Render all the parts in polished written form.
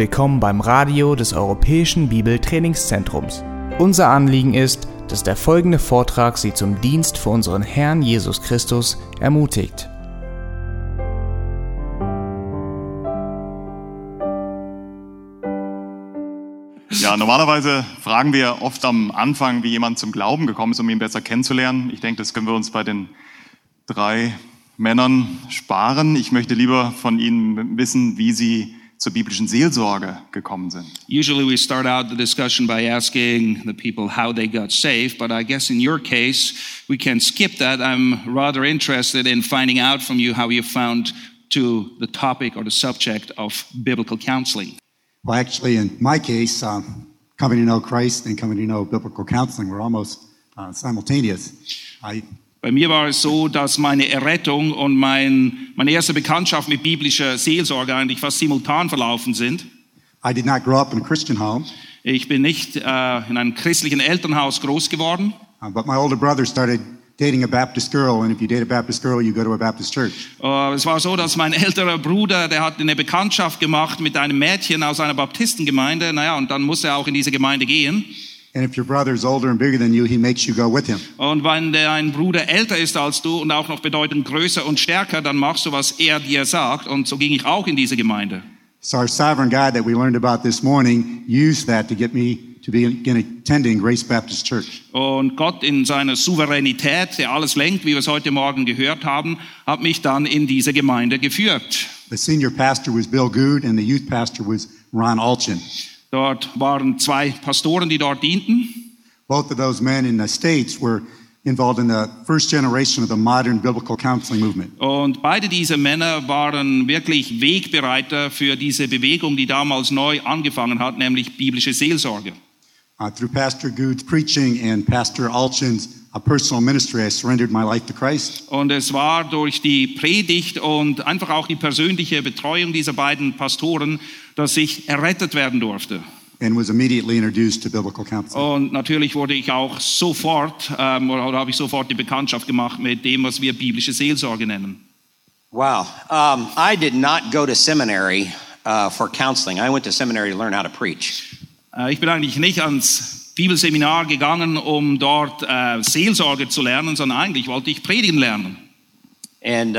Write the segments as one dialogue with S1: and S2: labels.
S1: Willkommen beim Radio des Europäischen Bibeltrainingszentrums. Unser Anliegen ist, dass der folgende Vortrag Sie zum Dienst für unseren Herrn Jesus Christus ermutigt.
S2: Ja, normalerweise fragen wir oft am Anfang, wie jemand zum Glauben gekommen ist, um ihn besser kennenzulernen. Ich denke, das können wir uns bei den 3 Männern sparen. Ich möchte lieber von Ihnen wissen, wie Sie zur biblischen Seelsorge gekommen sind.
S3: Usually we start out the discussion by asking the people how they got saved, but I guess in your case we can skip that. I'm rather interested in finding out from you how you found to the topic or the subject of biblical counseling.
S4: Well, actually, in my case, coming to know Christ and coming to know biblical counseling were almost simultaneous.
S3: Bei mir war es so, dass meine Errettung und meine erste Bekanntschaft mit biblischer Seelsorge eigentlich fast simultan verlaufen sind.
S4: I did not grow up in a Christian home.
S3: Ich bin nicht in einem christlichen Elternhaus groß geworden.
S4: But my older brother started dating a Baptist girl, and if you date a Baptist girl, you go to a Baptist church.
S3: Es war so, dass mein älterer Bruder, der hat eine Bekanntschaft gemacht mit einem Mädchen aus einer Baptistengemeinde. Naja, und dann musste er auch in diese Gemeinde gehen.
S4: And if your brother is older and bigger than you, he makes you go with him.
S3: Und wenn dein Bruder älter ist als du und auch noch bedeutend größer und stärker, dann machst du, was er dir sagt. Und so ging ich auch in diese Gemeinde.
S4: So our sovereign God that we learned about this morning used that to get me to begin attending Grace Baptist Church.
S3: Und Gott in seiner Souveränität, der alles lenkt, wie wir es heute Morgen gehört haben, hat mich dann in diese Gemeinde geführt.
S4: The senior pastor was Bill Good and the youth pastor was Ron Alchin.
S3: Dort waren 2 Pastoren, die dort dienten.
S4: Both of those men in the States were involved in the first generation of the modern biblical counseling movement.
S3: Und beide diese Männer waren wirklich Wegbereiter für diese Bewegung, die damals neu angefangen hat, nämlich biblische Seelsorge.
S4: Through Pastor Good's preaching and Pastor Alchin's personal ministry, I surrendered my life to Christ.
S3: Und es war durch die Predigt und einfach auch die persönliche Betreuung dieser beiden Pastoren, dass ich errettet werden durfte.
S4: And was immediately introduced to biblical counseling.
S3: Und natürlich wurde ich auch sofort, oder habe ich sofort die Bekanntschaft gemacht mit dem, was wir biblische Seelsorge nennen.
S5: Wow. I did not go to seminary for counseling. I went to seminary to learn how to preach.
S3: Ich bin eigentlich nicht ans Bibelseminar gegangen, um dort Seelsorge zu lernen, sondern eigentlich wollte ich predigen lernen.
S5: And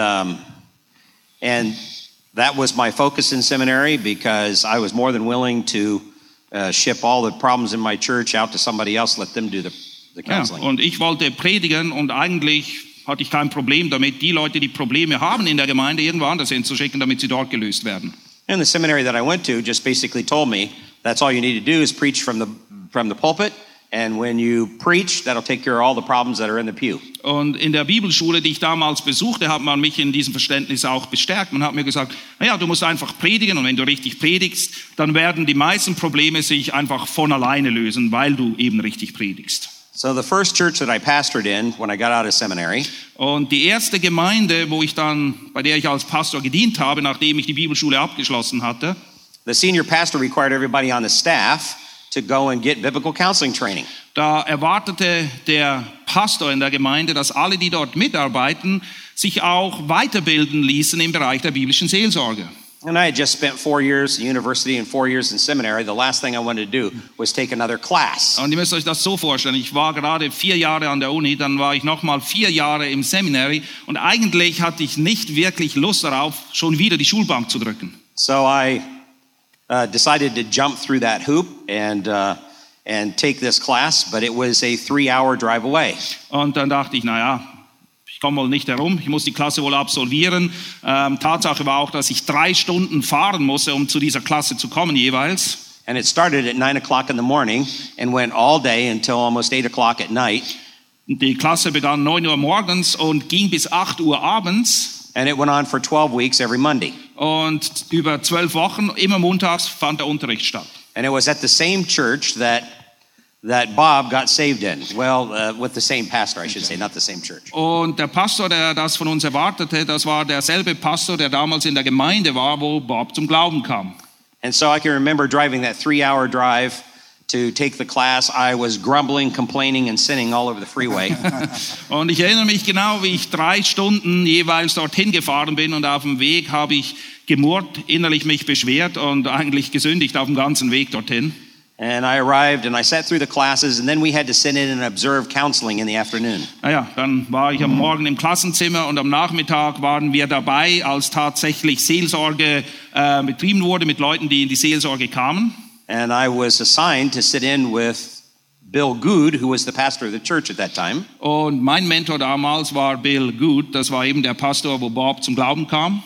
S5: that was my focus in seminary because I was more than willing to ship all the problems in my church out to somebody else, let them do the counseling.
S3: Ja, und ich wollte predigen und eigentlich hatte ich kein Problem damit, die Leute, die Probleme haben in der Gemeinde, irgendwo anders hinzuschicken, damit sie dort gelöst werden.
S5: And the seminary that I went to just basically told me that's all you need to do is preach from the pulpit, and when you preach, that'll take care of all the problems that are in the pew.
S3: Und in der Bibelschule, die ich damals besuchte, hat man mich in diesem Verständnis auch bestärkt. Man hat mir gesagt, naja, du musst einfach predigen und wenn du richtig predigst, dann werden die meisten Probleme sich einfach von alleine lösen, weil du eben richtig predigst.
S5: So the first church that I pastored in when I got out of seminary.
S3: Und die erste Gemeinde, bei der ich als Pastor gedient habe, nachdem ich die Bibelschule abgeschlossen hatte,
S5: the senior pastor required everybody on the staff to go and get biblical counseling training.
S3: Da erwartete der Pastor in der Gemeinde, dass alle, die dort mitarbeiten, sich auch weiterbilden ließen im Bereich der biblischen Seelsorge.
S5: And I had just spent 4 years at university and 4 years in seminary. The last thing I wanted to do was take another class.
S3: Und ihr müsst euch das so vorstellen, ich war gerade 4 Jahre an der Uni, dann war ich nochmal 4 Jahre im Seminary und eigentlich hatte ich nicht wirklich Lust darauf, schon wieder die Schulbank zu drücken.
S5: So I decided to jump through that hoop and take this class, but it was a 3-hour drive away.
S3: Und dann dachte ich, naja, ich komme wohl nicht herum, ich muss die Klasse wohl absolvieren. Tatsache war auch, dass ich 3 Stunden fahren musste, um zu dieser Klasse zu kommen jeweils.
S5: And it started at 9 o'clock in the morning and went all day until almost 8 o'clock at night.
S3: Die Klasse begann 9 Uhr morgens und ging bis 8 Uhr abends.
S5: And it went on for 12 weeks every Monday.
S3: Und über 12 Wochen, immer montags, fand der Unterricht statt.
S5: And it was at the same church that Bob got saved in. Well, with the same pastor, I should say, not the same church.
S3: Und der Pastor, der das von uns erwartete, das war derselbe Pastor, der damals in der Gemeinde war, wo Bob zum Glauben kam.
S5: And so I can remember driving that 3-hour drive to take the class, I was grumbling, complaining, and sinning all over the freeway.
S3: Und ich erinnere mich genau, wie ich 3 Stunden jeweils dorthin gefahren bin und auf dem Weg habe ich gemurrt, innerlich mich beschwert und eigentlich gesündigt auf dem ganzen Weg dorthin.
S5: And I arrived and I sat through the classes and then we had to sit in and observe counseling in the afternoon.
S3: Naja, dann war ich am Morgen im Klassenzimmer und am Nachmittag waren wir dabei, als tatsächlich Seelsorge betrieben wurde mit Leuten, die in die Seelsorge kamen.
S5: And I was assigned to sit in with Bill Good, who was the pastor of the church at that time.
S3: Und mein Mentor damals war Bill Good, das war eben der Pastor, wo Bob zum Glauben kam.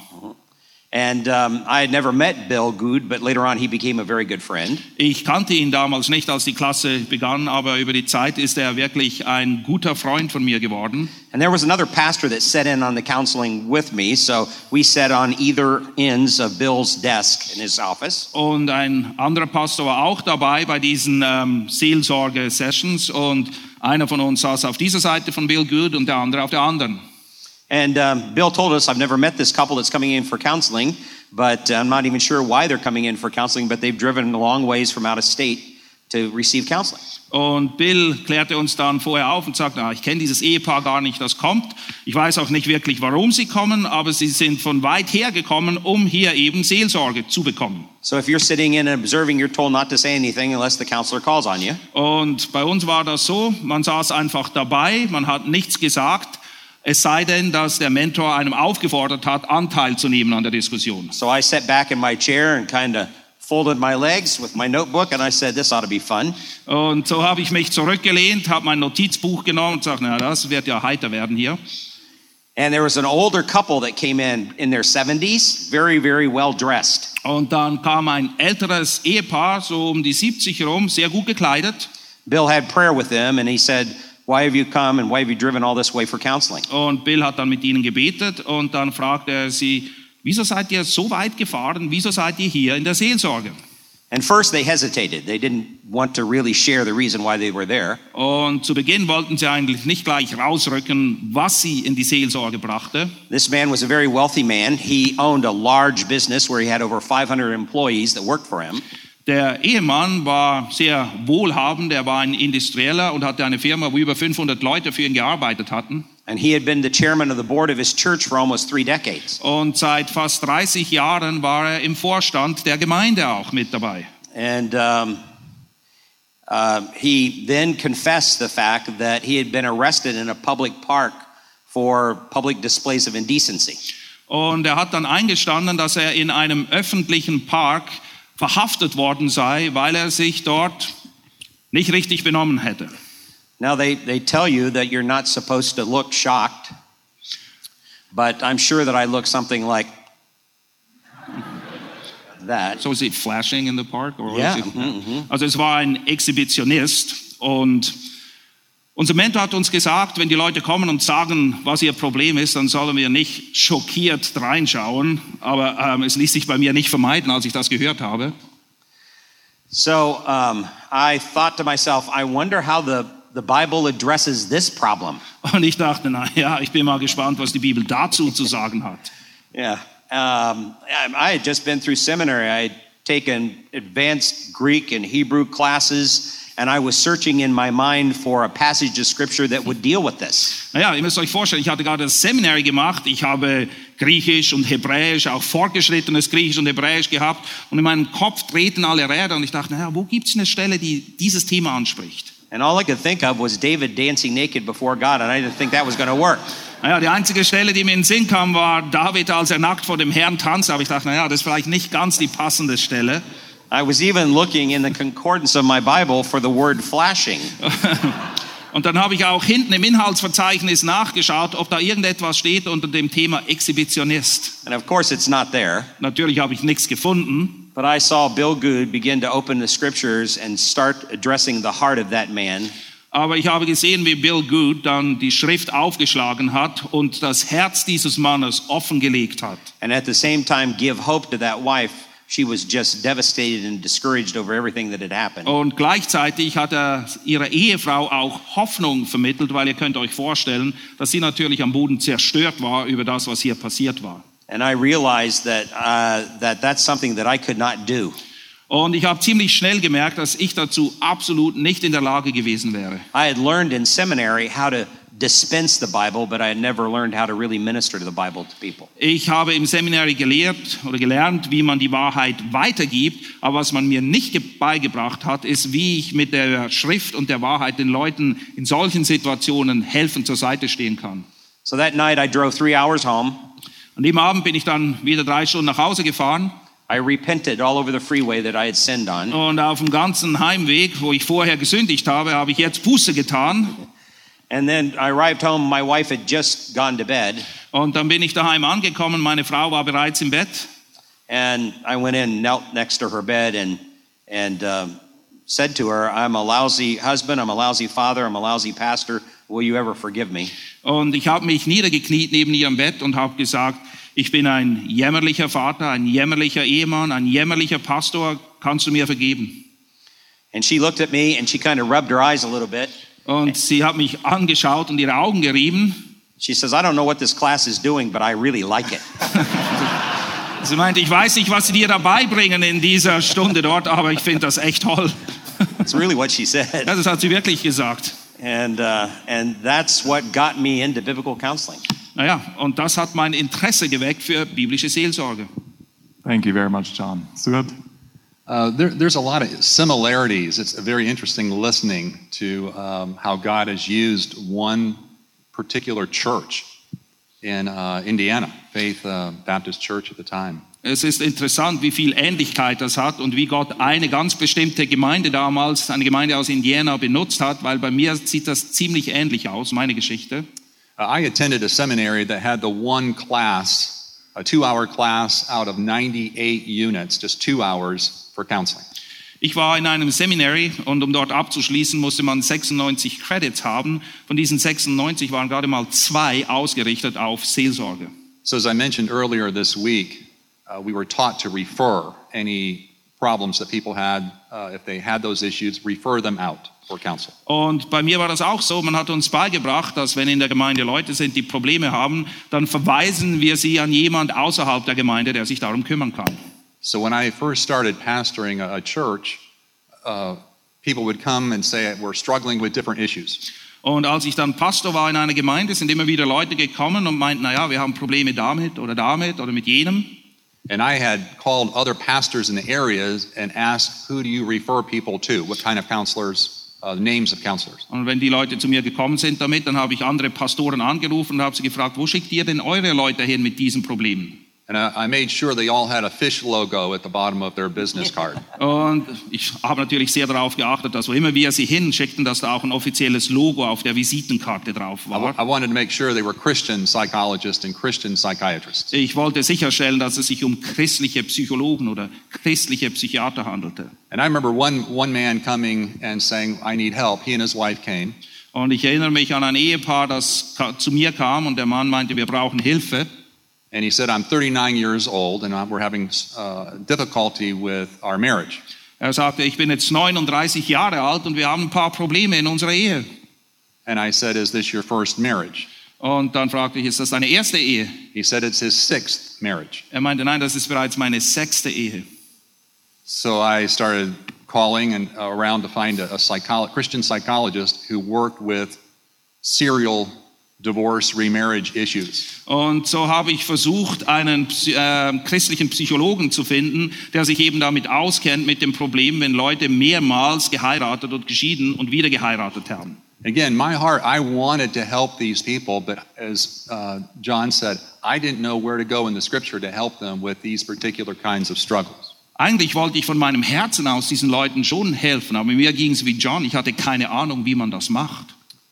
S5: And I had never met Bill Good, but later on he became a very good friend.
S3: Ich kannte ihn damals nicht, als die Klasse begann, aber über die Zeit ist er wirklich ein guter Freund von mir geworden.
S5: And there was another pastor that sat in on the counseling with me, so we sat on either ends of Bill's desk in his office.
S3: Und ein anderer Pastor war auch dabei bei diesen Seelsorge-Sessions und einer von uns saß auf dieser Seite von Bill Good und der andere auf der anderen.
S5: And Bill told us, I've never met this couple that's coming in for counseling, but I'm not even sure why they're coming in for counseling, but they've driven a long ways from out of state to receive counseling.
S3: Und Bill klärte uns dann vorher auf und sagte, ich kenne dieses Ehepaar gar nicht, das kommt. Ich weiß auch nicht wirklich, warum sie kommen, aber sie sind von weit her gekommen, um hier eben Seelsorge zu bekommen.
S5: So if you're sitting in and observing, you're told not to say anything unless the counselor calls on you.
S3: Und bei uns war das so, man saß einfach dabei, man hat nichts gesagt, es sei denn, dass der Mentor einem aufgefordert hat, Anteil zu nehmen an der Diskussion.
S5: So I sat back in my chair and kind of folded my legs with my notebook and I said, this ought to be fun.
S3: Und so habe ich mich zurückgelehnt, habe mein Notizbuch genommen und gesagt, na, das wird ja heiter werden hier.
S5: And there was an older couple that came in their 70s, very, very well dressed.
S3: Und dann kam ein älteres Ehepaar, so um die 70 herum, sehr gut gekleidet.
S5: Bill had prayer with them and he said, why have you come and why have you driven all this way for counseling?
S3: Und Bill hat dann mit ihnen gebetet und dann fragte er sie, wieso seid ihr so weit gefahren, wieso seid ihr hier in der Seelsorge?
S5: And first they hesitated. They didn't want to really share the reason why they were there.
S3: Und zu Beginn wollten sie eigentlich nicht gleich rausrücken, was sie in die Seelsorge brachte.
S5: This man was a very wealthy man. He owned a large business where he had over 500 employees that worked for him.
S3: Der Ehemann war sehr wohlhabend, er war ein Industrieller und hatte eine Firma, wo über 500 Leute für ihn gearbeitet hatten.
S5: And he had been the chairman of the board of his church for almost 3 decades.
S3: Und seit fast 30 Jahren war er im Vorstand der Gemeinde auch mit dabei.
S5: And he then confessed the fact that he had been arrested in a public park for public displays of indecency.
S3: Und er hat dann eingestanden, dass er in einem öffentlichen Park verhaftet worden sei, weil er sich dort nicht richtig benommen hätte.
S5: Now they tell you that you're not supposed to look shocked, but I'm sure that I look something like that.
S3: So is it flashing in the park? Or
S5: Yeah.
S3: is it? Also es war ein Exhibitionist und unser Mentor hat uns gesagt, wenn die Leute kommen und sagen, was ihr Problem ist, dann sollen wir nicht schockiert reinschauen. Aber es ließ sich bei mir nicht vermeiden, als ich das gehört habe.
S5: So I thought to myself, I wonder how the Bible addresses this problem.
S3: Und ich dachte, na ja, ich bin mal gespannt, was die Bibel dazu zu sagen hat.
S5: Yeah. I had just been through seminary. I had taken advanced Greek and Hebrew classes. And I was searching in my mind for a passage of scripture that would deal with this.
S3: Naja, ihr müsst euch vorstellen, ich hatte gerade das Seminary gemacht. Ich habe Griechisch und Hebräisch, auch fortgeschrittenes Griechisch und Hebräisch gehabt. Und in meinem Kopf drehten alle Räder und ich dachte, naja, wo gibt es eine Stelle, die dieses Thema anspricht?
S5: And all I could think of was David dancing naked before God, and I didn't think that was going to work.
S3: Naja, die einzige Stelle, die mir in den Sinn kam, war David, als er nackt vor dem Herrn tanzte. Aber ich dachte, naja, das ist vielleicht nicht ganz die passende Stelle.
S5: I was even looking in the concordance of my Bible for the word flashing.
S3: Und dann habe ich auch hinten im Inhaltsverzeichnis nachgeschaut, ob da irgendetwas steht unter dem Thema Exhibitionist.
S5: And of course it's not there.
S3: Natürlich habe ich nichts gefunden.
S5: But I saw Bill Good begin to open the scriptures and start addressing the heart of that man.
S3: Aber ich habe gesehen, wie Bill Good dann die Schrift aufgeschlagen hat und das Herz dieses Mannes offengelegt hat.
S5: And at the same time give hope to that wife. She was just devastated and discouraged over everything that had happened.
S3: Und gleichzeitig hat er ihrer Ehefrau auch Hoffnung vermittelt, weil ihr könnt euch vorstellen, dass sie natürlich am Boden zerstört war über das, was hier passiert war.
S5: And I realized that that's something that I could not do.
S3: Und ich habe ziemlich schnell gemerkt, dass ich dazu absolut nicht in der Lage gewesen wäre.
S5: I had learned in seminary how to dispense the Bible, but I had never learned how to really minister to the Bible to people.
S3: Ich habe im Seminar gelernt, wie man die Wahrheit weitergibt. Aber was man mir nicht beigebracht hat, ist, wie ich mit der Schrift und der Wahrheit den Leuten in solchen Situationen helfen zur Seite stehen kann.
S5: So that night I drove 3 hours home.
S3: An dem Abend bin ich dann wieder 3 Stunden nach Hause gefahren.
S5: I repented all over the freeway that I had sinned on.
S3: Und auf dem ganzen Heimweg, wo ich vorher gesündigt habe, habe ich jetzt Buße getan.
S5: And then I arrived home, my wife had just gone to bed.
S3: Und dann bin ich daheim angekommen, meine Frau war bereits im Bett.
S5: And I went in, knelt next to her bed and said to her, I'm a lousy husband, I'm a lousy father, I'm a lousy pastor. Will you ever forgive me?
S3: Und ich habe mich niedergekniet neben ihrem Bett und habe gesagt, ich bin ein jämmerlicher Vater, ein jämmerlicher Ehemann, ein jämmerlicher Pastor. Kannst du mir vergeben?
S5: And she looked at me and she kind of rubbed her eyes a little bit.
S3: Und sie hat mich angeschaut und ihre Augen gerieben.
S5: She says, I don't know what this class is doing, but I really like it.
S3: Sie meinte, ich weiß nicht, was sie dir dabei bringen in dieser Stunde dort, aber ich finde das echt toll.
S5: That's really what she said.
S3: Ja, das hat sie wirklich gesagt.
S5: And that's what got me into biblical counseling.
S3: Naja, und das hat mein Interesse geweckt für biblische Seelsorge.
S2: Thank you very much, John. Stuart?
S6: There's a lot of similarities. It's very interesting listening to how God has used one particular church in Indiana, Faith Baptist Church at the time.
S3: Es ist interessant, wie viel Ähnlichkeit das hat und wie Gott eine ganz bestimmte Gemeinde damals, eine Gemeinde aus Indiana, benutzt hat, weil bei mir sieht das ziemlich ähnlich aus, meine Geschichte.
S6: I attended a seminary that had the one class, a 2-hour class out of 98 units, just 2 hours for counseling.
S3: Ich war in einem Seminary und um dort abzuschließen, musste man 96 Credits haben. Von diesen 96 waren gerade mal 2 ausgerichtet auf Seelsorge.
S6: So as I mentioned earlier this week, we were taught to refer any problems that people had, if they had those issues, refer them out for counsel.
S3: Und bei mir war das auch so, man hat uns beigebracht, dass wenn in der Gemeinde Leute sind, die Probleme haben, dann verweisen wir sie an jemand außerhalb der Gemeinde, der sich darum kümmern kann.
S6: So when I first started pastoring a church, people would come and say we're struggling with different issues.
S3: Und als ich dann Pastor war in einer Gemeinde, sind immer wieder Leute gekommen und meinten, naja, wir haben Probleme damit oder mit jenem.
S6: And I had called other pastors in the areas and asked, who do you refer people to? What kind of counselors, names of counselors?
S3: Und wenn die Leute zu mir gekommen sind damit, dann habe ich andere Pastoren angerufen und habe sie gefragt, wo schickt ihr denn eure Leute hin mit diesen Problemen?
S6: And I made sure they all had a fish logo at the bottom of their business card.
S3: Und ich habe natürlich sehr darauf geachtet, dass wo immer wir sie hinschickten, dass da auch ein offizielles Logo auf der Visitenkarte drauf war.
S6: I wanted to make sure they were Christian psychologists and Christian psychiatrists.
S3: Ich wollte sicherstellen, dass es sich um christliche Psychologen oder christliche Psychiater handelte.
S6: And I remember one man coming and saying, I need help. He and his wife came.
S3: Und ich erinnere mich an ein Ehepaar, das zu mir kam und der Mann meinte, wir brauchen Hilfe.
S6: And he said, I'm 39 years old and we're having difficulty with our marriage.
S3: Er sagte, ich bin jetzt 39 Jahre alt und wir haben ein paar Probleme in unserer Ehe.
S6: And I said, is this your first marriage?
S3: Und dann fragte ich, ist das deine erste Ehe?
S6: He said, it's his 6th marriage.
S3: Er meinte, nein, das ist bereits meine 6. Ehe.
S6: So I started calling around to find a Christian psychologist who worked with serial divorce, remarriage issues.
S3: Und so habe ich versucht, einen christlichen Psychologen zu finden, der sich eben damit auskennt mit dem Problem, wenn Leute mehrmals geheiratet und geschieden und wieder geheiratet haben.
S6: Again, my heart, I wanted to help these people, but as John said, I didn't know where to go in the scripture to help them with these particular kinds of struggles.
S3: Eigentlich wollte ich von meinem Herzen aus diesen Leuten schon helfen, aber mir ging es wie John, ich hatte keine Ahnung, wie man das macht.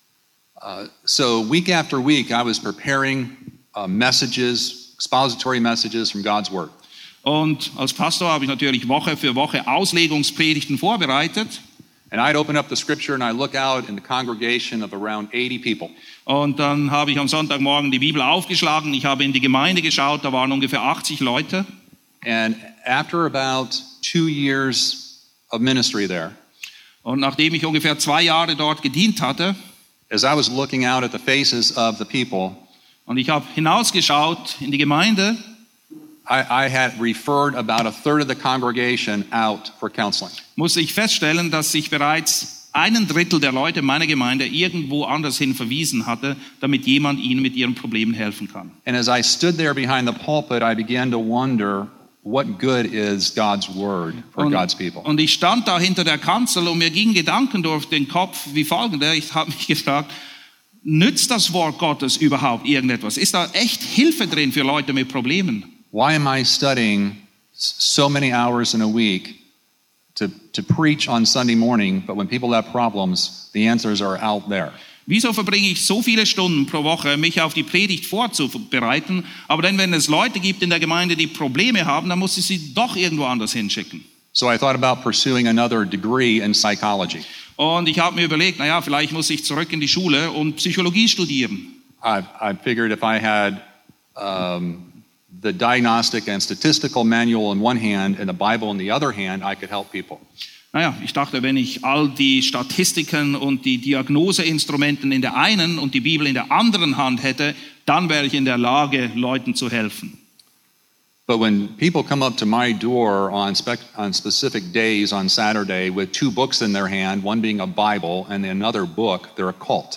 S6: So week after week, I was preparing messages, expository messages from God's Word.
S3: Und als Pastor habe ich natürlich Woche für Woche Auslegungspredigten vorbereitet.
S6: And I'd open up the scripture and I look out in the congregation of around 80 people.
S3: Und dann habe ich am Sonntagmorgen die Bibel aufgeschlagen. Ich habe in die Gemeinde geschaut, da waren ungefähr 80 Leute.
S6: And after about 2 years of ministry there,
S3: und nachdem ich ungefähr 2 Jahre dort gedient hatte,
S6: as I was looking out at the faces of the people,
S3: und ich habe hinausgeschaut in die Gemeinde,
S6: I had referred about a third of the congregation out for counseling.
S3: musste ich feststellen, dass ich bereits 1/3 der Leute meiner Gemeinde irgendwo anders hin verwiesen hatte, damit jemand ihnen mit ihren Problemen helfen kann.
S6: And as I stood there behind the pulpit, I began to wonder, what good is God's word for God's people?
S3: Und ich stand da hinter der Kanzel und mir gingen Gedanken durch den Kopf wie folgende. Ich habe mich gefragt, nützt das Wort Gottes überhaupt irgendetwas? Ist da echt Hilfe drin für Leute mit Problemen?
S6: Why am I studying so many hours in a week to preach on Sunday morning, but when people have problems, the answers are out there?
S3: Wieso verbringe ich so viele Stunden pro Woche, mich auf die Predigt vorzubereiten, aber dann, wenn es Leute gibt in der Gemeinde, die Probleme haben, dann muss ich sie doch irgendwo anders hinschicken.
S6: So I thought about pursuing another degree in psychology.
S3: Und ich habe mir überlegt, naja, vielleicht muss ich zurück in die Schule und Psychologie studieren.
S6: I figured if I had the diagnostic and statistical manual in one hand and the Bible in the other hand, I could help people.
S3: Naja, ich dachte, wenn ich all die Statistiken und die Diagnoseinstrumenten in der einen und die Bibel in der anderen Hand hätte, dann wäre ich in der Lage, Leuten zu helfen.
S6: But when people come up to my door on specific days on Saturday with two books in their hand, one being a Bible and another book, they're a cult.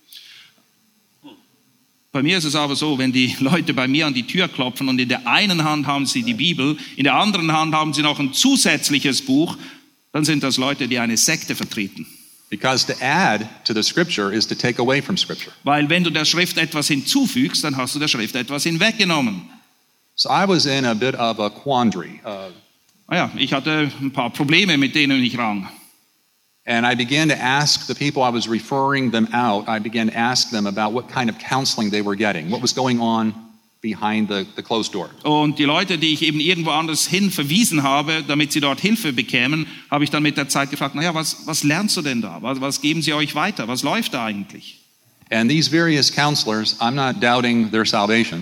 S3: Bei mir ist es aber so, wenn die Leute bei mir an die Tür klopfen und in der einen Hand haben sie die Bibel, in der anderen Hand haben sie noch ein zusätzliches Buch, dann sind das Leute, die eine Sekte vertreten.
S6: Because to add to the Scripture is to take away from Scripture.
S3: Weil wenn du der Schrift etwas hinzufügst, dann hast du der Schrift etwas hinweggenommen.
S6: So I was in a bit of a quandary.
S3: Ich hatte ein paar Probleme, mit denen ich rang.
S6: And I began to ask the people I was referring them out, I began to ask them about what kind of counseling they were getting, what was going on behind the closed door.
S3: Und die Leute, die ich eben irgendwo anders hin verwiesen habe, damit sie dort Hilfe bekämen, habe ich dann mit der Zeit gefragt, naja, was lernst du denn da? Was geben sie euch weiter? Was läuft da eigentlich?
S6: And these various counselors, I'm not doubting their salvation.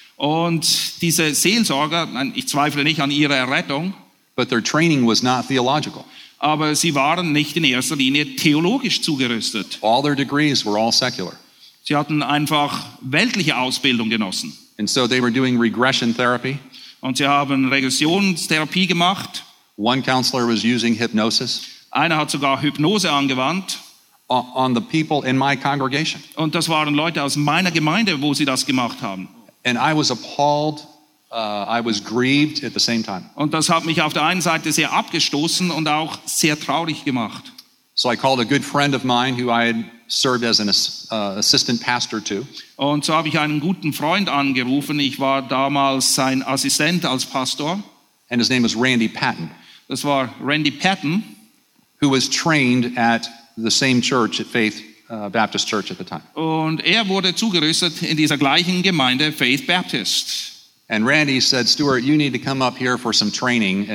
S3: Und diese Seelsorger, ich zweifle nicht an ihrer Errettung,
S6: but their training was not theological.
S3: Aber sie waren nicht in erster Linie theologisch zugerüstet.
S6: All their degrees were all secular.
S3: Sie hatten einfach weltliche Ausbildung genossen.
S6: And so they were doing regression therapy.
S3: Und sie haben Regressionstherapie gemacht.
S6: One counselor was using hypnosis.
S3: Einer hat sogar Hypnose angewandt.
S6: On the people in my congregation.
S3: Und das waren Leute aus meiner Gemeinde, wo sie das gemacht haben.
S6: And I was appalled. I was grieved at the same time.
S3: Und das hat mich auf der einen Seite sehr abgestoßen und auch sehr traurig gemacht.
S6: So I called a good friend of mine who I had served as an assistant pastor to.
S3: Und so habe ich einen guten Freund angerufen. Ich war damals sein Assistent als Pastor.
S6: And his name was Randy Patton.
S3: Das war Randy Patton.
S6: Who was trained at the same church at Faith Baptist Church at the time.
S3: Und er wurde zugerüstet in dieser gleichen Gemeinde, Faith Baptist.
S6: And Randy said, Stuart, you need to come up here for some training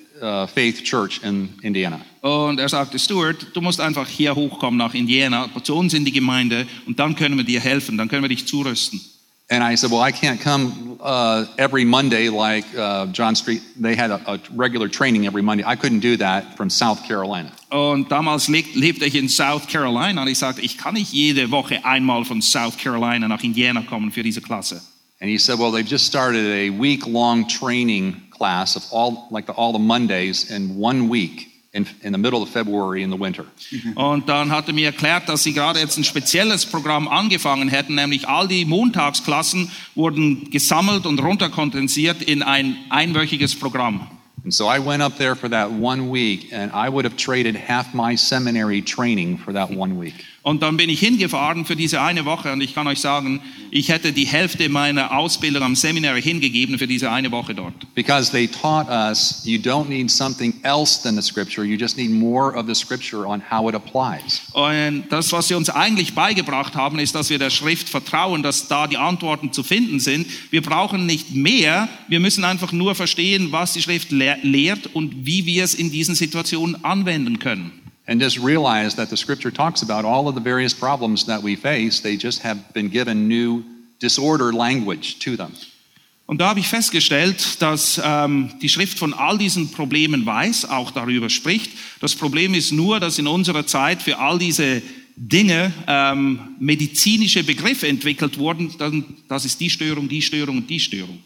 S6: at Faith Church in Indiana.
S3: Und er sagte, Stuart, du musst einfach hier hochkommen nach Indiana, zu uns in die Gemeinde, und dann können wir dir helfen, dann können wir dich zurüsten.
S6: And I said, well, I can't come every Monday like John Street. They had a regular training every Monday. I couldn't do that from South Carolina.
S3: Und damals lebte ich in South Carolina und ich sagte, ich kann nicht jede Woche einmal von South Carolina nach Indiana kommen für diese Klasse.
S6: And he said, well, they've just started a week-long training class of all the Mondays in 1 week in the middle of February in the winter.
S3: Und dann hat er mir erklärt, dass sie gerade jetzt ein spezielles Programm angefangen hätten, nämlich all die Montagsklassen wurden gesammelt und runterkondensiert in ein einwöchiges Programm.
S6: And so I went up there for that 1 week, and I would have traded half my seminary training for that 1 week.
S3: Und dann bin ich hingefahren für diese eine Woche und ich kann euch sagen, ich hätte die Hälfte meiner Ausbildung am Seminary hingegeben für diese eine Woche dort.
S6: Because they taught us you don't need something else than the Scripture, you just need more of the Scripture on how it applies.
S3: Und das, was sie uns eigentlich beigebracht haben, ist, dass wir der Schrift vertrauen, dass da die Antworten zu finden sind. Wir brauchen nicht mehr, wir müssen einfach nur verstehen, was die Schrift lehrt und wie wir es in diesen Situationen anwenden können.
S6: And just realize that the Scripture talks about all of the various problems that we face. They just have been given new disorder language to them.
S3: Und da habe ich festgestellt, dass die Schrift von all diesen Problemen weiß, auch darüber spricht. Das Problem ist nur, dass in unserer Zeit für all diese Dinge medizinische Begriffe entwickelt wurden. Das ist die Störung und die Störung.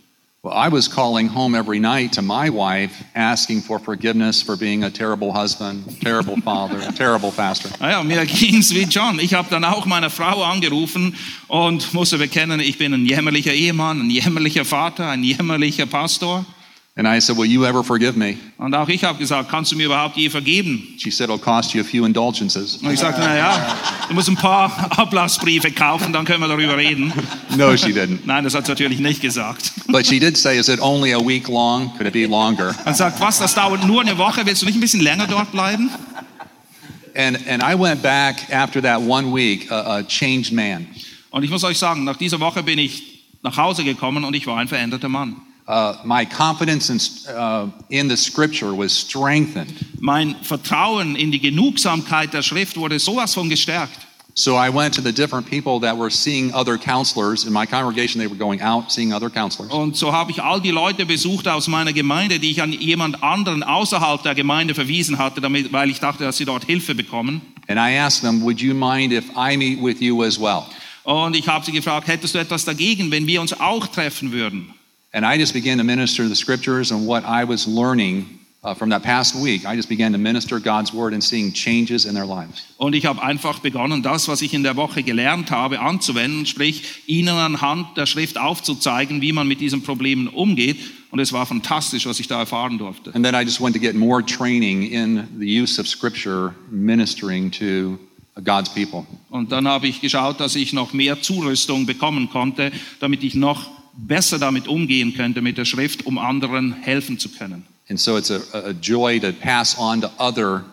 S6: Well, I was calling home every night to my wife, asking for forgiveness for being a terrible husband, terrible father, terrible pastor.
S3: Naja, mir ging's wie John. Ich habe dann auch meiner Frau angerufen und musste bekennen, ich bin ein jämmerlicher Ehemann, ein jämmerlicher Vater, ein jämmerlicher Pastor.
S6: And I said, will you ever forgive me?
S3: Und auch ich habe gesagt, kannst du mir überhaupt je vergeben?
S6: She said, it'll cost you a few indulgences.
S3: Und ich sagte, naja, du musst ein paar Ablassbriefe kaufen, dann können wir darüber reden.
S6: No, she didn't.
S3: Nein, das hat sie natürlich nicht gesagt.
S6: But she did say, is it only a week long? Could it be longer?
S3: Und sagt, was, das dauert nur eine Woche, willst du nicht ein bisschen länger dort bleiben?
S6: And I went back after that 1 week, a changed man.
S3: Und ich muss euch sagen, nach dieser Woche bin ich nach Hause gekommen und ich war ein veränderter Mann.
S6: My confidence in the scripture was strengthened.
S3: Mein Vertrauen in die Genugsamkeit der Schrift wurde sowas von gestärkt.
S6: So I went to the different people that were seeing other counselors. In my congregation, they were going out, seeing other counselors.
S3: Und so habe ich all die Leute besucht aus meiner Gemeinde, die ich an jemand anderen außerhalb der Gemeinde verwiesen hatte, weil ich dachte, dass sie dort Hilfe bekommen.
S6: And I asked them, would you mind if I meet with you as well?
S3: Und ich habe sie gefragt, hättest du etwas dagegen, wenn wir uns auch treffen würden?
S6: And I just began to minister the scriptures and what I was learning from that past week. I just began to minister God's word and seeing changes in their lives.
S3: Und ich habe einfach begonnen, das, was ich in der Woche gelernt habe, anzuwenden, sprich ihnen anhand der Schrift aufzuzeigen, wie man mit diesen Problemen umgeht. Und es war fantastisch, was ich da erfahren durfte.
S6: And then I just went to get more training in the use of scripture ministering to God's people.
S3: Und dann habe ich geschaut, dass ich noch mehr Zurüstung bekommen konnte, damit ich noch besser damit umgehen könnte mit der Schrift, um anderen helfen zu können.
S6: And so it's a joy to pass on to other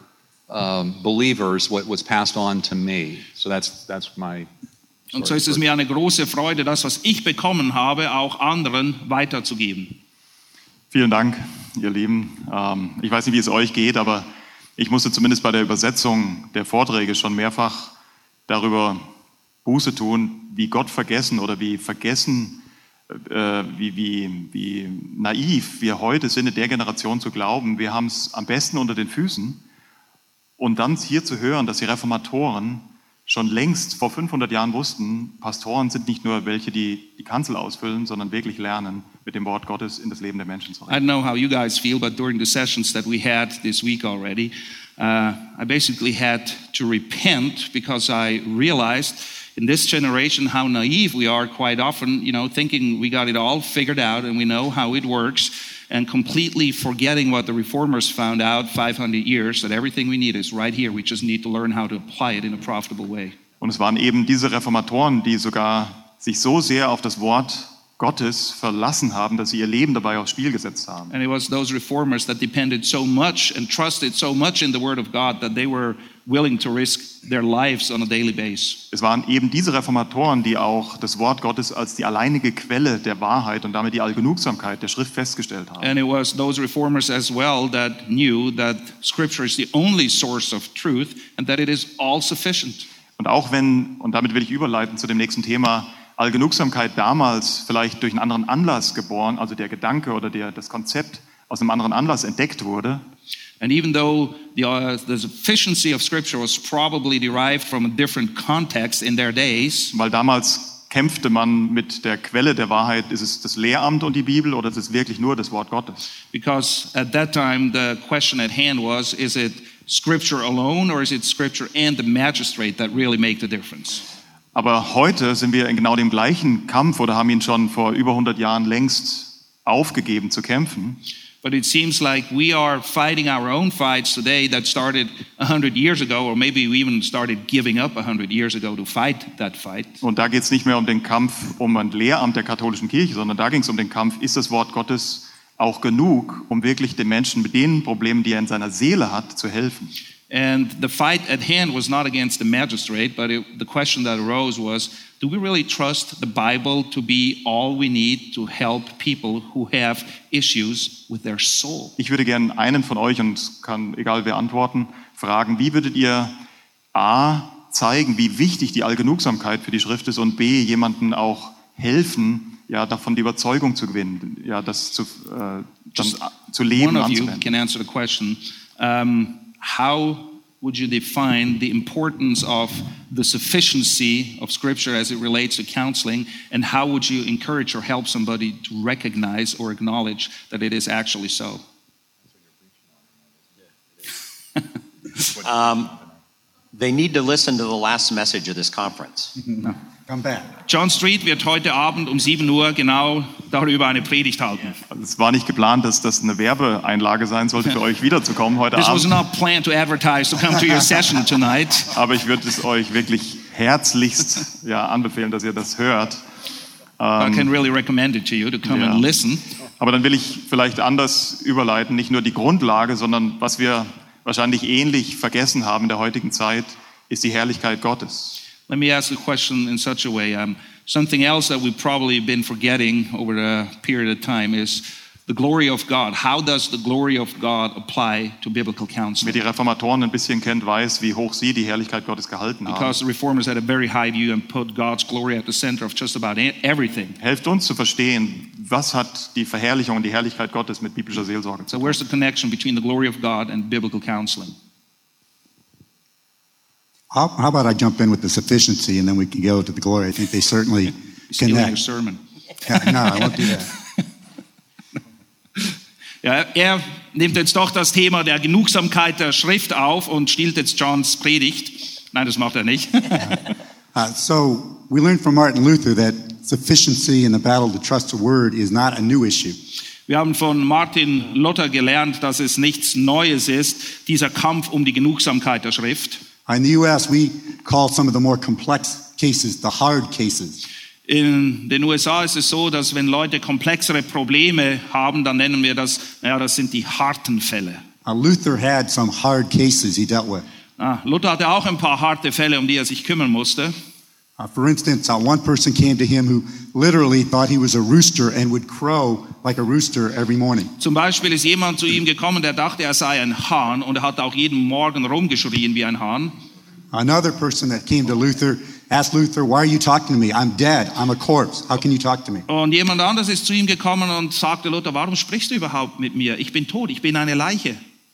S6: believers what was passed on to me. So that's my.
S3: Und so ist es mir eine große Freude, das, was ich bekommen habe, auch anderen weiterzugeben.
S2: Vielen Dank, ihr Lieben. Ich weiß nicht, wie es euch geht, aber ich musste zumindest bei der Übersetzung der Vorträge schon mehrfach darüber Buße tun, wie Gott vergessen oder wie vergessen, wie naiv wir heute sind, in der Generation zu glauben. Wir haben es am besten unter den Füßen. Und dann hier zu hören, dass die Reformatoren schon längst vor 500 Jahren wussten, Pastoren sind nicht nur welche, die die Kanzel ausfüllen, sondern wirklich lernen, mit dem Wort Gottes in das Leben der Menschen zu
S3: I
S2: reden.
S3: don't know how you guys feel, but during the sessions that we had this week already, I basically had to repent because I realized in this generation how naive we are quite often, thinking we got it all figured out and we know how it works, and completely forgetting what the reformers found out 500 years, that everything we need is right here. We just need to learn how to apply it in a profitable way.
S2: Und es waren eben diese Reformatoren, die sogar sich so sehr auf das Wort Gottes verlassen haben, dass sie ihr Leben dabei aufs Spiel gesetzt haben.
S3: And it was those reformers that depended so much and trusted so much in the Word of God that they were willing to risk their lives on a daily basis.
S2: Es waren eben diese Reformatoren, die auch das Wort Gottes als die alleinige Quelle der Wahrheit und damit die Allgenugsamkeit der Schrift festgestellt haben.
S3: And it was those reformers as well that knew that Scripture is the only source of truth and that it is all sufficient.
S2: Und auch wenn, und damit will ich überleiten zu dem nächsten Thema, Allgenugsamkeit damals vielleicht durch einen anderen Anlass geboren, also der Gedanke oder das Konzept aus einem anderen Anlass entdeckt wurde.
S3: And even though the sufficiency of Scripture was probably derived from a different context in their days,
S2: Weil damals kämpfte man mit der Quelle der Wahrheit, ist es das Lehramt und die Bibel oder ist es wirklich nur das Wort Gottes?
S3: because at that time the question at hand was, is it Scripture alone or is it Scripture and the magistrate that really make the difference?
S2: Aber heute sind wir in genau dem gleichen Kampf oder haben ihn schon vor über 100 Jahren längst aufgegeben zu kämpfen.
S3: But it seems like we are fighting our own fights today that started 100 years ago, or maybe we even started giving up 100 years ago to fight that fight.
S2: Und da geht es nicht mehr um den Kampf um ein Lehramt der katholischen Kirche, sondern da ging es um den Kampf, ist das Wort Gottes auch genug, um wirklich den Menschen mit den Problemen, die er in seiner Seele hat, zu helfen.
S3: And the fight at hand was not against the magistrate, but the question that arose was, do we really trust the Bible to be all we need to help people who have issues with their soul?
S2: Ich würde gerne einen von euch, und es kann egal wer antworten, fragen, wie würdet ihr A, zeigen, wie wichtig die Allgenugsamkeit für die Schrift ist und B, jemanden auch helfen, ja, davon die Überzeugung zu gewinnen, ja, das zu leben,
S3: One of you
S2: anzuwenden.
S3: can answer the question, how would you define the importance of the sufficiency of Scripture as it relates to counseling, and how would you encourage or help somebody to recognize or acknowledge that it is actually so?
S5: They need to listen to the last message of this conference.
S4: Come back.
S3: John Street wird heute Abend um 7 Uhr genau darüber eine Predigt halten.
S2: Also es war nicht geplant, dass das eine Werbeeinlage sein sollte, für euch wiederzukommen heute
S3: This was
S2: Abend.
S3: not planned to advertise to come to your session tonight.
S2: Aber ich würde es euch wirklich herzlichst anbefehlen, dass ihr das hört.
S3: I can really recommend it to you to come
S2: Ja.
S3: and listen.
S2: Aber dann will ich vielleicht anders überleiten, nicht nur die Grundlage, sondern was wir wahrscheinlich ähnlich vergessen haben in der heutigen Zeit, ist die Herrlichkeit Gottes.
S3: Let me ask a question in such a way. Something else that we've probably been forgetting over a period of time is the glory of God. How does the glory of God apply to biblical
S2: Wer
S3: counseling?
S2: die Reformatoren ein bisschen kennt, weiß, wie hoch sie die Herrlichkeit Gottes gehalten haben.
S3: Because the Reformers had a very high view and put God's glory at the center of just about everything.
S2: Helft uns zu verstehen, was hat die Verherrlichung und die Herrlichkeit Gottes mit biblischer Seelsorge zu
S3: So
S2: tun.
S3: where's the connection between the glory of God and biblical counseling?
S4: How about I jump in with the sufficiency and then we can go to the glory? I think they certainly
S3: Stealing your
S4: connect.
S3: sermon.
S4: No, I won't do that.
S3: Ja, er nimmt jetzt doch das Thema der Genugsamkeit der Schrift auf und stiehlt jetzt Johns Predigt. Nein, das macht er nicht.
S4: So we learned from Martin Luther that sufficiency in the battle to trust the word is not a new issue.
S3: Wir haben von Martin Luther gelernt, dass es nichts Neues ist, dieser Kampf um die Genugsamkeit der Schrift.
S4: In the U.S., we call some of the more complex cases the hard cases.
S3: In den USA ist es so, dass wenn Leute komplexere Probleme haben, dann nennen wir das, das sind die harten Fälle.
S4: Luther had some hard cases he dealt with.
S3: Luther hatte auch ein paar harte Fälle, um die er sich kümmern musste.
S4: For instance, one person came to him who literally thought he was a rooster and would crow like a rooster every morning.
S3: Zum Beispiel ist jemand zu ihm gekommen, der dachte, er sei ein Hahn, und er hat auch jeden Morgen rumgeschrien wie ein Hahn.
S4: Another person that came to Luther asked Luther, "Why are you talking to me? I'm dead. I'm a corpse. How can you talk to me?"
S3: Und jemand anderes ist zu ihm gekommen und sagte, Luther, warum sprichst du überhaupt mit mir? Ich bin tot, ich bin eine Leiche.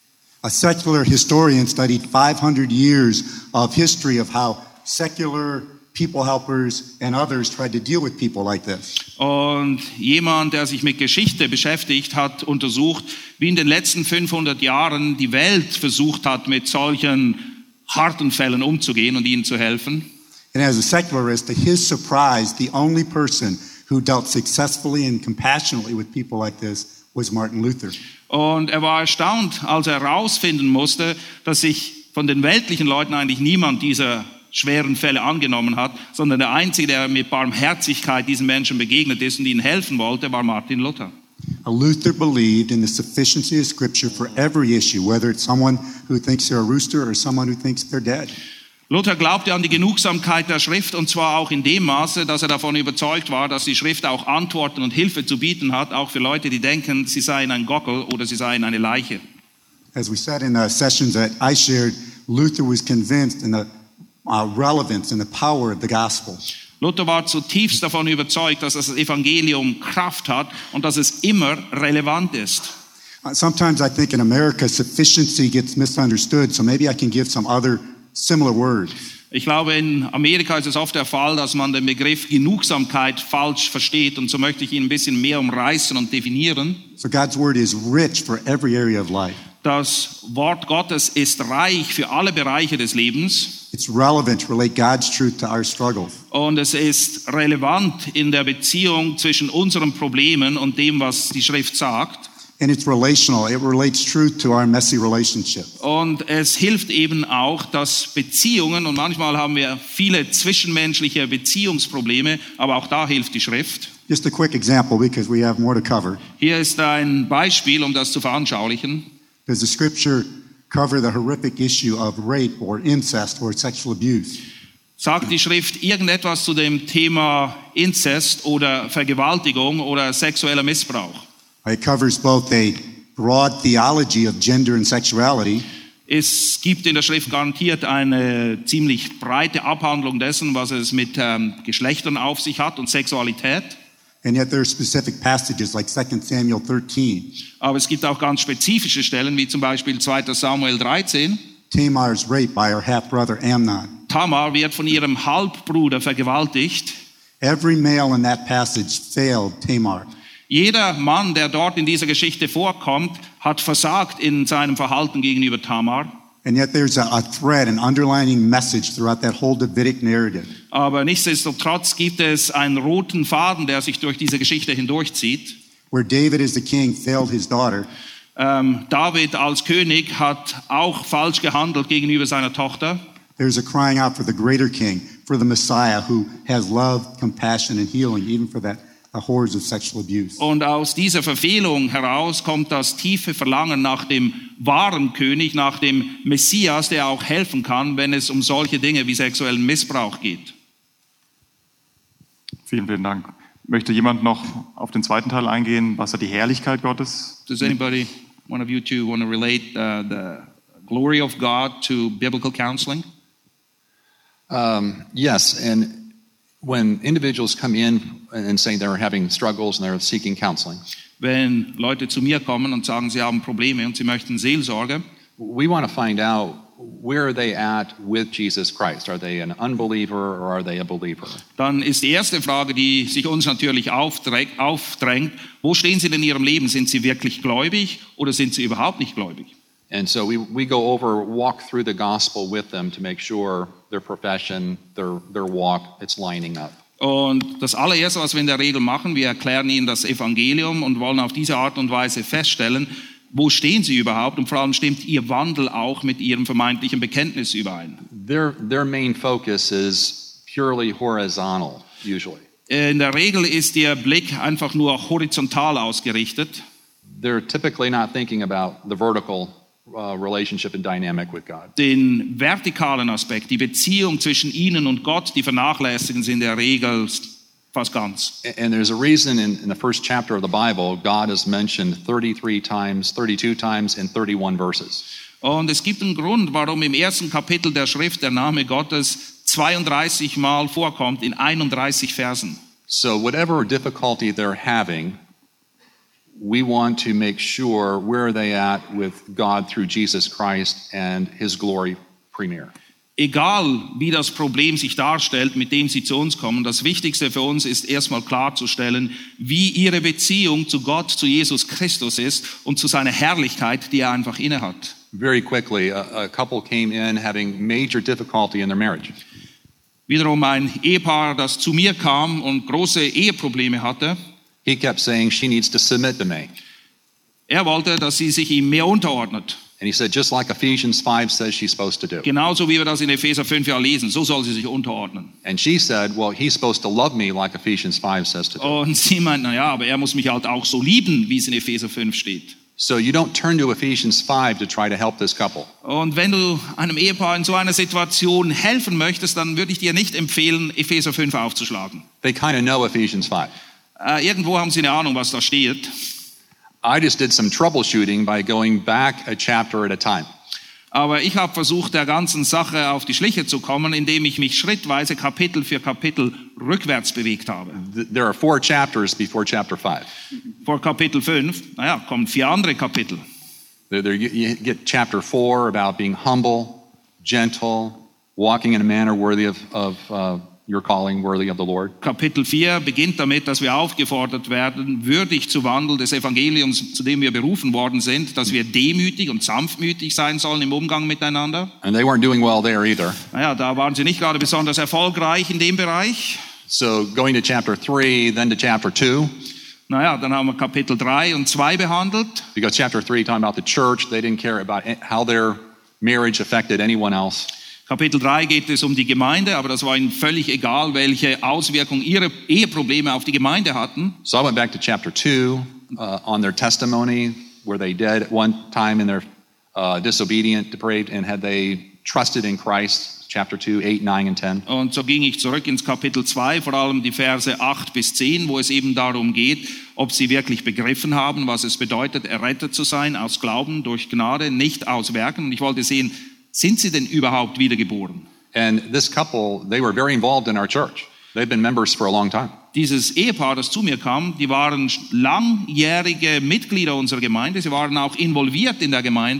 S4: A secular historian studied 500 years of history of how secular people helpers and others tried to deal with people like this.
S3: Und jemand, der sich mit Geschichte beschäftigt hat, untersucht, wie in den letzten 500 Jahren die Welt versucht hat, mit solchen harten Fällen umzugehen und ihnen zu helfen.
S4: And as a secularist, to his surprise, the only person who dealt successfully and compassionately with people like this was Martin Luther.
S3: Und er war erstaunt, als er herausfinden musste, dass sich von den weltlichen Leuten eigentlich niemand dieser schweren Fälle angenommen hat, sondern der Einzige, der mit Barmherzigkeit diesen Menschen begegnet ist und ihnen helfen wollte, war Martin Luther.
S4: Luther believed in the sufficiency of Scripture for every issue, whether it's someone who thinks they're a rooster or someone who thinks they're dead.
S3: Luther glaubte an die Genugsamkeit der Schrift, und zwar auch in dem Maße, dass er davon überzeugt war, dass die Schrift auch Antworten und Hilfe zu bieten hat, auch für Leute, die denken, sie seien ein Gockel oder sie seien eine Leiche.
S4: As we said in the sessions that I shared, Luther was convinced in the relevance and the power of the gospel.
S3: Luther war zutiefst davon überzeugt, dass das Evangelium Kraft hat und dass es immer relevant ist.
S4: Sometimes I think in America sufficiency gets misunderstood, so maybe I can give some other similar words.
S3: Ich glaube, in Amerika ist es oft der Fall, dass man den Begriff Genugsamkeit falsch versteht, und so möchte ich ihn ein bisschen mehr umreißen und definieren.
S4: So God's word is rich for every area of life.
S3: Das Wort Gottes ist reich für alle Bereiche des Lebens.
S4: It's relevant to relate God's truth to our struggles.
S3: Und es ist relevant in der Beziehung zwischen unseren Problemen und dem, was die Schrift sagt.
S4: And it's relational. It relates truth to our messy relationships.
S3: Und es hilft eben auch, dass Beziehungen, und manchmal haben wir viele zwischenmenschliche Beziehungsprobleme, aber auch da hilft die Schrift.
S4: Just a quick example because we have more to cover.
S3: Hier ist ein Beispiel, um das zu veranschaulichen.
S4: Does the scripture cover the horrific issue of rape or incest or sexual abuse?
S3: Sagt die Schrift irgendetwas zu dem Thema Inzest oder Vergewaltigung oder sexueller Missbrauch?
S4: It covers both a broad theology of gender and sexuality.
S3: Es gibt in der Schrift garantiert eine ziemlich breite Abhandlung dessen, was es mit Geschlechtern auf sich hat und Sexualität.
S4: And yet there are specific passages like 2 Samuel 13
S3: Aber es gibt auch ganz spezifische Stellen, wie zum Beispiel 2. Samuel 13.
S4: Tamar is raped by her half-brother Amnon.
S3: Tamar wird von ihrem Halbbruder vergewaltigt.
S4: Every male in that passage failed Tamar.
S3: Jeder Mann, der dort in dieser Geschichte vorkommt, hat versagt in seinem Verhalten gegenüber Tamar.
S4: And yet there's a thread, an underlining message throughout that whole Davidic narrative.
S3: Aber nichtsdestotrotz gibt es einen roten Faden, der sich durch diese Geschichte hindurchzieht.
S4: Where David as the king failed his daughter.
S3: David als König hat auch falsch gehandelt gegenüber seiner Tochter.
S4: There's a crying out for the greater king, for the Messiah who has love, compassion and healing, even for that horrors of sexual abuse.
S3: Und aus dieser Verfehlung heraus kommt das tiefe Verlangen nach dem wahren König, nach dem Messias, der auch helfen kann, wenn es um solche Dinge wie sexuellen Missbrauch geht.
S2: Vielen, vielen Dank. Möchte jemand noch auf den zweiten Teil eingehen? Was hat die Herrlichkeit Gottes?
S3: Does anybody, one of you two, want to relate the glory of God to biblical counseling?
S6: Yes, and when individuals come in and say they're having struggles and they're seeking counseling,
S3: Wenn Leute zu mir kommen und sagen, sie haben Probleme und sie möchten Seelsorge,
S6: we want to find out, where are they at with Jesus Christ? Are they an unbeliever or are they a believer?
S3: dann ist die erste Frage, die sich uns natürlich aufdrängt, wo stehen sie denn in ihrem Leben? Sind sie wirklich gläubig oder sind sie überhaupt nicht gläubig?
S6: And so we go over, walk through the gospel with them to make sure their profession, their walk, it's lining up.
S3: Und das allererste, was wir in der Regel machen, wir erklären ihnen das Evangelium und wollen auf diese Art und Weise feststellen, wo stehen sie überhaupt und vor allem stimmt ihr Wandel auch mit ihrem vermeintlichen Bekenntnis überein.
S6: Their main focus is purely horizontal, usually.
S3: In der Regel ist ihr Blick einfach nur horizontal ausgerichtet.
S6: They're typically not thinking about the vertical relationship and dynamic with God.
S3: Den vertikalen Aspekt, die Beziehung zwischen ihnen und Gott, die vernachlässigen sie in der Regel fast ganz.
S6: And there's a reason in the first chapter of the Bible, God is mentioned 32 times in 31 verses.
S3: Und es gibt einen Grund, warum im ersten Kapitel der Schrift der Name Gottes 32 Mal vorkommt in 31 Versen.
S6: So whatever difficulty they're having, we want to make sure where are they at with God through Jesus Christ and His glory premier.
S3: Egal, wie das Problem sich darstellt, mit dem sie zu uns kommen, das Wichtigste für uns ist erstmal klarzustellen, wie ihre Beziehung zu Gott, zu Jesus Christus ist und zu seiner Herrlichkeit, die er einfach innehat.
S6: Very quickly, a couple came in having major difficulty in their marriage.
S3: Wiederum ein Ehepaar, das zu mir kam und große Eheprobleme hatte.
S6: He kept saying she needs to submit to me.
S3: Er wollte, dass sie sich ihm mehr unterordnet.
S6: And he said, just like Ephesians 5 says she's supposed to do.
S3: Genauso wie wir das in Epheser 5 ja lesen, so soll sie sich unterordnen.
S6: And she said, well, he's supposed to love me like Ephesians 5 says to do.
S3: Und sie meint, naja, aber er muss mich halt auch so lieben, wie es in Epheser 5 steht.
S6: So you don't turn to Ephesians 5 to try to help this couple.
S3: Und wenn du einem Ehepaar in so einer Situation helfen möchtest, dann würde ich dir nicht empfehlen, Epheser 5 aufzuschlagen.
S6: They kind of know Ephesians 5.
S3: Irgendwo haben sie eine Ahnung, was da steht.
S6: I just did some troubleshooting by going back a chapter at a time.
S3: Aber ich habe versucht, der ganzen Sache auf die Schliche zu kommen, indem ich mich schrittweise Kapitel für Kapitel rückwärts bewegt habe.
S6: There are 4 chapters before chapter 5.
S3: Vor Kapitel 5, kommen 4 andere Kapitel.
S6: You get chapter 4 about being humble, gentle, walking in a manner worthy of your calling, worthy of the Lord.
S3: Kapitel 4 beginnt damit, dass wir aufgefordert werden, würdig zu wandeln des Evangeliums, zu dem wir berufen worden sind, dass wir demütig und sanftmütig sein sollen im Umgang miteinander.
S6: And they weren't doing well there either.
S3: Da waren sie nicht gerade besonders erfolgreich in dem Bereich.
S6: So going to chapter 3, then to chapter 2.
S3: Dann haben wir Kapitel 3 und 2 behandelt.
S6: Because chapter 3 talking about the church, they didn't care about how their marriage affected anyone else.
S3: Kapitel 3 geht es um die Gemeinde, aber das war ihnen völlig egal, welche Auswirkungen ihre Eheprobleme auf die Gemeinde hatten.
S6: So I went back to chapter 2 on their testimony, where they did at one time in their disobedient, depraved, and had they trusted in Christ. Chapter 2, 8, 9 and 10.
S3: Und so ging ich zurück ins Kapitel 2, vor allem die Verse 8 bis 10, wo es eben darum geht, ob sie wirklich begriffen haben, was es bedeutet, errettet zu sein aus Glauben, durch Gnade, nicht aus Werken. Und ich wollte sehen, sind sie denn überhaupt wiedergeboren?
S6: And this couple, they were very involved in our church. They've been members for a long time.
S3: Dieses Ehepaar, das zu mir kam, die waren langjährige Mitglieder unserer Gemeinde. Sie waren auch involviert in der Gemeinde.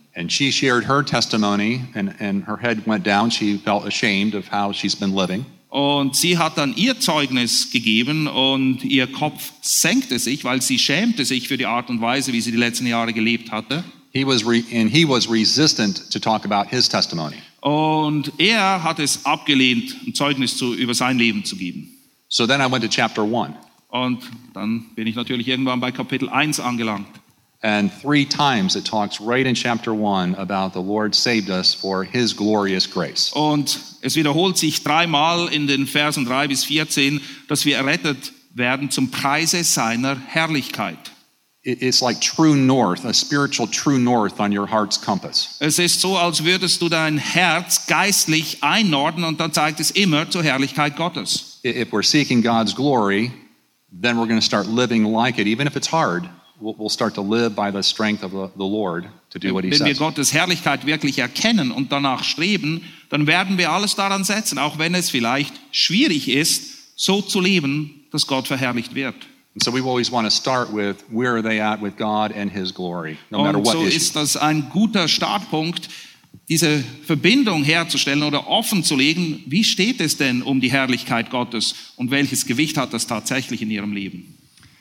S6: And she shared her testimony, and her head went down. She felt ashamed of how she's been living.
S3: Und sie hat dann ihr Zeugnis gegeben und ihr Kopf senkte sich, weil sie schämte sich für die Art und Weise, wie sie die letzten Jahre gelebt hatte.
S6: He was resistant to talk about his testimony.
S3: Und er hat es abgelehnt, ein Zeugnis über sein Leben zu geben.
S6: So then I went to chapter 1.
S3: Und dann bin ich natürlich irgendwann bei Kapitel 1 angelangt.
S6: And 3 times it talks right in chapter 1 about the Lord saved us for his glorious grace.
S3: Und es wiederholt sich 3-mal in den Versen 3 bis 14, dass wir errettet werden zum Preise seiner Herrlichkeit.
S6: It's like true north, a spiritual true north on your heart's compass.
S3: Es ist so, als würdest du dein Herz geistlich einordnen und dann zeigt es immer zur Herrlichkeit Gottes.
S6: If we're seeking God's glory, then we're going to start living like it, even if it's hard. We'll start to live by the strength of the Lord to do what he
S3: Wenn wir
S6: says.
S3: Gottes Herrlichkeit wirklich erkennen und danach streben, dann werden wir alles daran setzen, auch wenn es vielleicht schwierig ist, so zu leben, dass Gott verherrlicht wird.
S6: And so we always want to start with where are they at with God and his glory, no matter
S3: Und
S6: what
S3: so
S6: issue.
S3: ist das ein guter Startpunkt, diese Verbindung herzustellen oder offen zu legen. Wie steht es denn um die Herrlichkeit Gottes und welches Gewicht hat das tatsächlich in ihrem Leben?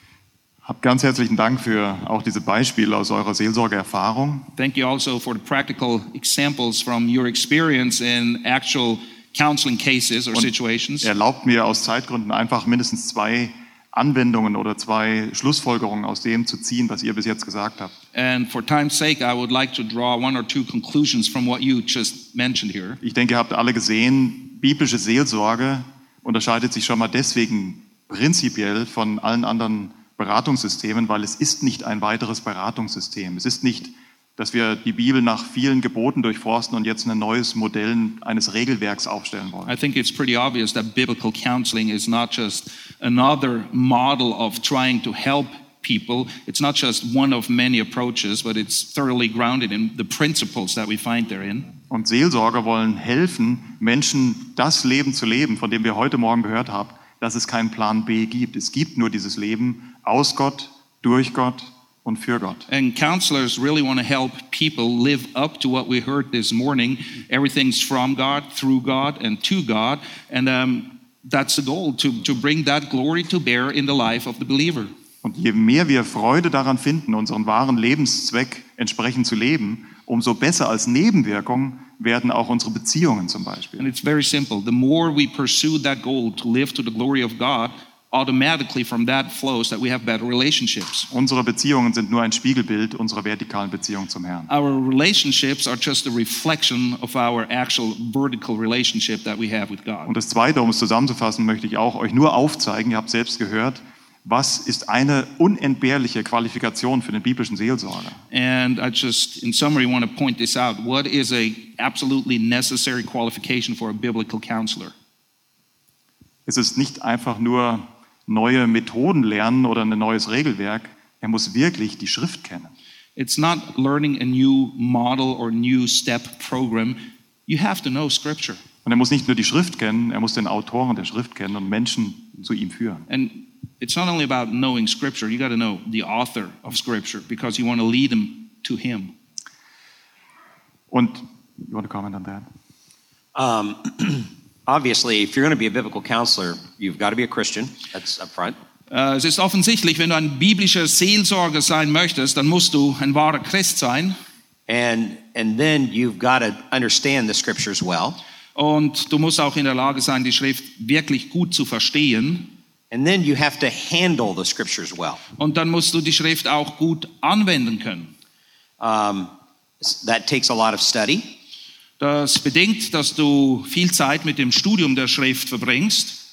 S2: Hab ganz herzlichen Dank für auch diese Beispiele aus eurer Seelsorgeerfahrung.
S3: Thank you also for the practical examples from your experience in actual counseling cases or situations.
S2: Erlaubt mir aus Zeitgründen einfach mindestens 2 Anwendungen oder 2 Schlussfolgerungen aus dem zu ziehen, was ihr bis jetzt gesagt habt.
S3: And for time's sake, I would like to draw 1 or 2 conclusions from what you just mentioned here.
S2: Ich denke, ihr habt alle gesehen, biblische Seelsorge unterscheidet sich schon mal deswegen prinzipiell von allen anderen Beratungssystemen, weil es ist nicht ein weiteres Beratungssystem. Es ist nicht, dass wir die Bibel nach vielen Geboten durchforsten und jetzt ein neues Modell eines Regelwerks aufstellen wollen.
S3: I think it's pretty obvious that biblical counseling is not just another model of trying to help people. It's not just one of many approaches, but it's thoroughly grounded in the principles that we find therein.
S2: Und Seelsorger wollen helfen, Menschen das Leben zu leben, von dem wir heute Morgen gehört haben, dass es keinen Plan B gibt. Es gibt nur dieses Leben aus Gott, durch Gott und für Gott.
S3: And counselors really want to help people live up to what we heard this morning. Everything's from God, through God, and to God. And that's the goal, to bring that glory to bear in the life of the believer.
S2: Und je mehr wir Freude daran finden, unseren wahren Lebenszweck entsprechend zu leben, umso besser als Nebenwirkung werden auch unsere Beziehungen zum Beispiel.
S3: And it's very simple. The more we pursue that goal to live to the glory of God, automatically from that flows that we have better relationships.
S2: Unsere Beziehungen sind nur ein Spiegelbild unserer vertikalen Beziehung zum Herrn.
S3: Our relationships are just a reflection of our actual vertical relationship that we have with God.
S2: Und das Zweite, um es zusammenzufassen, möchte ich auch euch nur aufzeigen, ihr habt selbst gehört, was ist eine unentbehrliche Qualifikation für den biblischen Seelsorger?
S3: And I just, in summary, want to point this out. What is a absolutely necessary qualification for a biblical counselor?
S2: Es ist nicht einfach nur neue Methoden lernen oder ein neues Regelwerk. Er muss wirklich die Schrift kennen.
S3: It's not learning a new model or new step program. You have to know Scripture.
S2: Und er muss nicht nur die Schrift kennen, er muss den Autoren der Schrift kennen und Menschen zu ihm führen.
S3: And it's not only about knowing Scripture. You got to know the author of Scripture because you want to lead them to Him.
S2: Und, you want to comment on that?
S5: Obviously, if you're going to be a biblical counselor, you've got to be a Christian. That's up front.
S3: Es ist offensichtlich, wenn du ein biblischer Seelsorger sein möchtest, dann musst du ein wahrer Christ sein.
S5: And then you've got to understand the scriptures well.
S3: Und du musst auch in der Lage sein, die Schrift wirklich gut zu verstehen.
S5: And then you have to handle the scriptures well.
S3: Und dann musst du die Schrift auch gut anwenden können.
S5: That takes a lot of study.
S3: Das bedingt, dass du viel Zeit mit dem Studium der Schrift verbringst.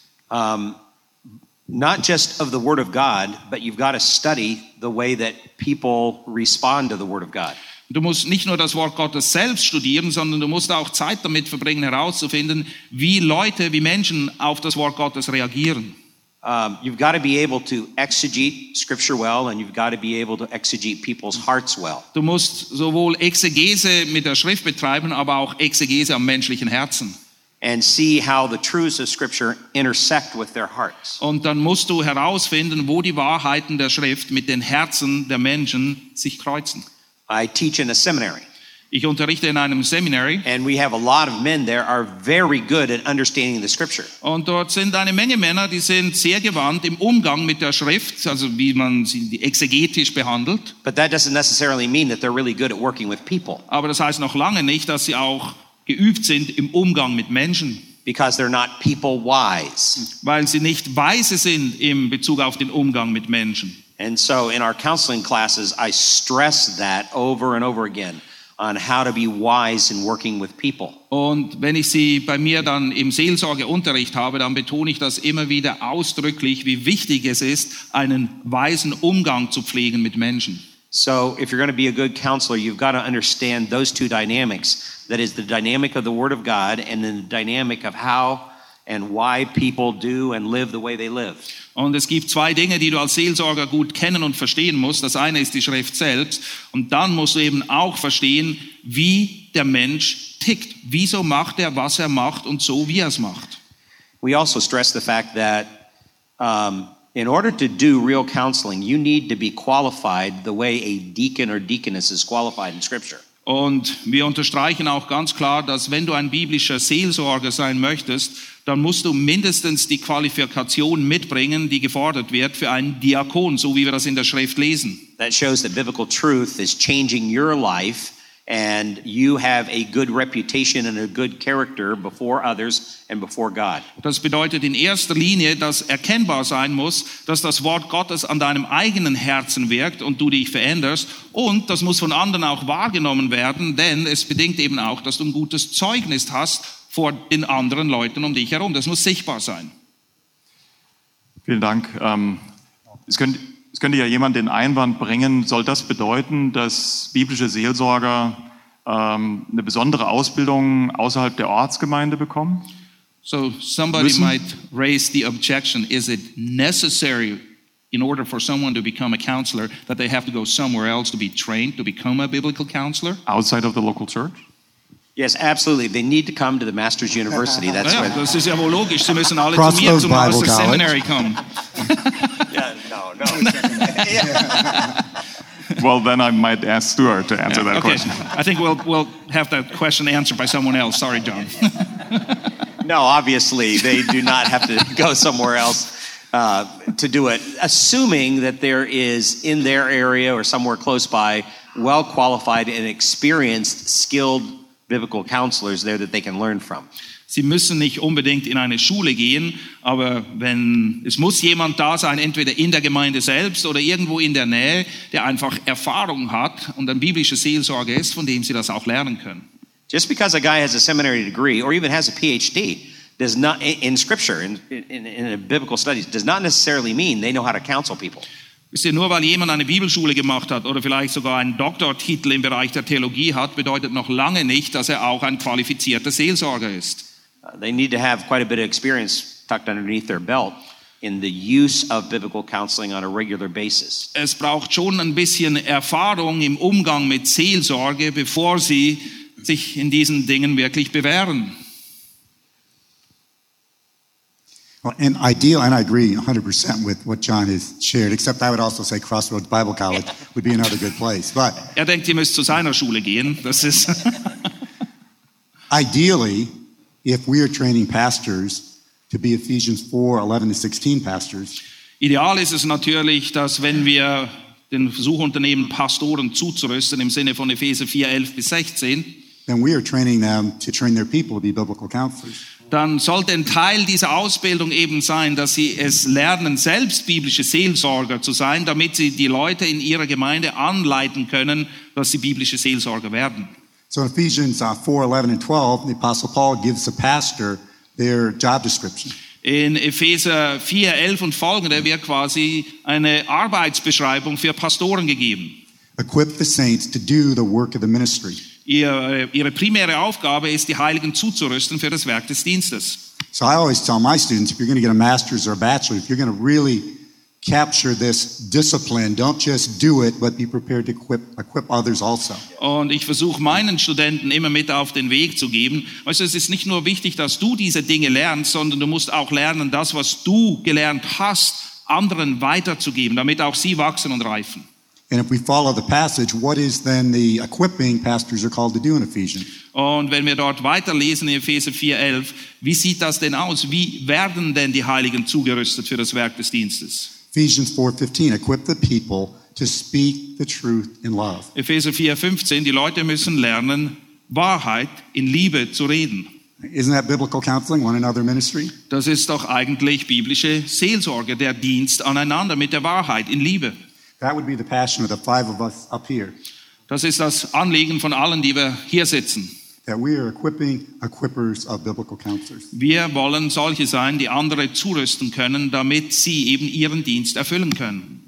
S5: Not just of the Word of God, but you've got to study the way that people respond to the Word of God.
S3: Du musst nicht nur das Wort Gottes selbst studieren, sondern du musst auch Zeit damit verbringen, herauszufinden, wie Leute, wie Menschen auf das Wort Gottes reagieren.
S5: You've got to be able to exegete Scripture well, and you've got to be able to exegete people's hearts well.
S3: Du musst sowohl Exegese mit der Schrift betreiben, aber auch Exegese am menschlichen Herzen.
S5: And see how the truths of Scripture intersect with their hearts.
S3: Und dann musst du herausfinden, wo die Wahrheiten der Schrift mit den Herzen der Menschen sich kreuzen.
S5: I teach in a seminary.
S3: Ich unterrichte in einem Seminary
S5: and we have a lot of men there are very good at understanding the scripture.
S3: und dort sind eine Menge Männer, die sind sehr gewandt im Umgang mit der Schrift, also wie man sie exegetisch behandelt.
S5: But that doesn't necessarily mean that they're really good at working with people,
S3: Aber das heißt noch lange nicht, dass sie auch geübt sind im Umgang mit Menschen,
S5: because they're not people wise.
S3: weil sie nicht weise sind im Bezug auf den Umgang mit Menschen.
S5: And so in our counseling classes, I stress that over and over again on how to be wise in working with people.
S3: Und wenn ich sie bei mir dann im Seelsorgeunterricht habe, dann betone ich das immer wieder ausdrücklich, wie wichtig es ist, einen weisen Umgang zu pflegen mit Menschen.
S5: So if you're going to be a good counselor, you've got to understand those two dynamics. That is the dynamic of the Word of God and then the dynamic of how and why people do and live the way they live.
S3: Und es gibt zwei Dinge, die du als Seelsorger gut kennen und verstehen musst. Das eine ist die Schrift selbst und dann musst du eben auch verstehen, wie der Mensch tickt. Wieso macht er, was er macht und so, wie er es macht.
S5: We also stress the fact that in order to do real counseling, you need to be qualified the way a deacon or deaconess is qualified in Scripture.
S3: Und wir unterstreichen auch ganz klar, dass wenn du ein biblischer Seelsorger sein möchtest, dann musst du mindestens die Qualifikation mitbringen, die gefordert wird für einen Diakon, so wie wir das in der Schrift lesen.
S5: That shows that biblical truth is changing your life and you have a good reputation and a good character before others and before God.
S3: Das bedeutet in erster Linie, dass erkennbar sein muss, dass das Wort Gottes an deinem eigenen Herzen wirkt und du dich veränderst. Und das muss von anderen auch wahrgenommen werden, denn es bedingt eben auch, dass du ein gutes Zeugnis hast vor den anderen Leuten um dich herum. Das muss sichtbar sein.
S2: Vielen Dank. Es könnte ja jemand den Einwand bringen, soll das bedeuten, dass biblische Seelsorger eine besondere Ausbildung außerhalb der Ortsgemeinde bekommen?
S3: So somebody might raise the objection, is it necessary in order for someone to become a counselor that they have to go somewhere else to be trained to become a biblical counselor?
S2: Outside of the local church?
S5: Yes, absolutely. They need to come to the Master's University. That's
S3: Ja,
S5: where
S3: das ist ja wohl logisch. Sie müssen alle zu
S4: Crossroads
S3: mir zum
S4: Bible
S3: Master's
S4: College.
S3: Seminary kommen.
S5: Yeah, no.
S2: Well, then I might ask Stuart to answer that
S3: Okay,
S2: question.
S3: I think we'll have that question answered by someone else. Sorry, John.
S5: No, obviously, they do not have to go somewhere else to do it, assuming that there is in their area or somewhere close by well-qualified and experienced, skilled biblical counselors there that they can learn from.
S3: Sie müssen nicht unbedingt in eine Schule gehen, aber es muss jemand da sein, entweder in der Gemeinde selbst oder irgendwo in der Nähe, der einfach Erfahrung hat und ein biblischer Seelsorger ist, von dem sie das auch lernen können.
S5: Just because a guy has a seminary degree or even has a PhD does not, in Scripture, in biblical studies, does not necessarily mean they know how to counsel people.
S3: Wisst ihr, nur weil jemand eine Bibelschule gemacht hat oder vielleicht sogar einen Doktortitel im Bereich der Theologie hat, bedeutet noch lange nicht, dass er auch ein qualifizierter Seelsorger ist.
S5: They need to have quite a bit of experience tucked underneath their belt in the use of biblical counseling on a regular basis.
S3: Es braucht schon ein bisschen Erfahrung im Umgang mit Seelsorge, bevor sie sich in diesen Dingen wirklich bewähren.
S4: Well, and ideal, and I agree 100% with what John has shared, except I would also say Crossroads Bible College would be another good place. But
S3: Er denkt, ihr müsst zu seiner Schule gehen. Das ist
S4: ideally, if we are training pastors to be Ephesians 4:11-16 pastors,
S3: ideal ist es natürlich, dass wenn wir den Versuch unternehmen, Pastoren zuzurüsten im Sinne von Epheser 4:11-16,
S4: then we are training them to train their people to be biblical counselors.
S3: dann sollte ein Teil dieser Ausbildung eben sein, dass sie es lernen, selbst biblische Seelsorger zu sein, damit sie die Leute in ihrer Gemeinde anleiten können, dass sie biblische Seelsorger werden.
S4: So in Ephesians 4:11-12, the Apostle Paul gives the pastor their job description.
S3: In Epheser 4:11 und folgende wird quasi eine Arbeitsbeschreibung für Pastoren gegeben.
S4: Equip the saints to do the work of the ministry.
S3: Ihre primäre Aufgabe ist, die Heiligen zuzurüsten für das Werk des Dienstes.
S4: So I always tell my students, if you're going to get a master's or a bachelor's, if you're going to really capture this discipline, don't just do it, but be prepared to equip others also.
S3: Und ich versuche meinen Studenten immer mit auf den Weg zu geben. Also es ist nicht nur wichtig, dass du diese Dinge lernst, sondern du musst auch lernen, das, was du gelernt hast, anderen weiterzugeben, damit auch sie wachsen und reifen.
S4: And if we follow the passage, what is then the equipping pastors are called to do in Ephesians?
S3: Und wenn wir dort weiterlesen in Epheser 4,11, wie sieht das denn aus? Wie werden denn die Heiligen zugerüstet für das Werk des Dienstes?
S4: Ephesians 4:15, equip the people to speak the truth in love.
S3: Epheser 4,15, die Leute müssen lernen, Wahrheit in Liebe zu reden.
S4: Isn't that biblical counseling, one another ministry?
S3: Das ist doch eigentlich biblische Seelsorge, der Dienst aneinander mit der Wahrheit in Liebe.
S4: That would be the passion of the 5 of us up here,
S3: Das ist das Anliegen von allen, die wir hier sitzen.
S4: that we are equipping equippers of biblical counselors.
S3: Wir wollen solche sein, die andere zurüsten können, damit sie eben ihren Dienst erfüllen können.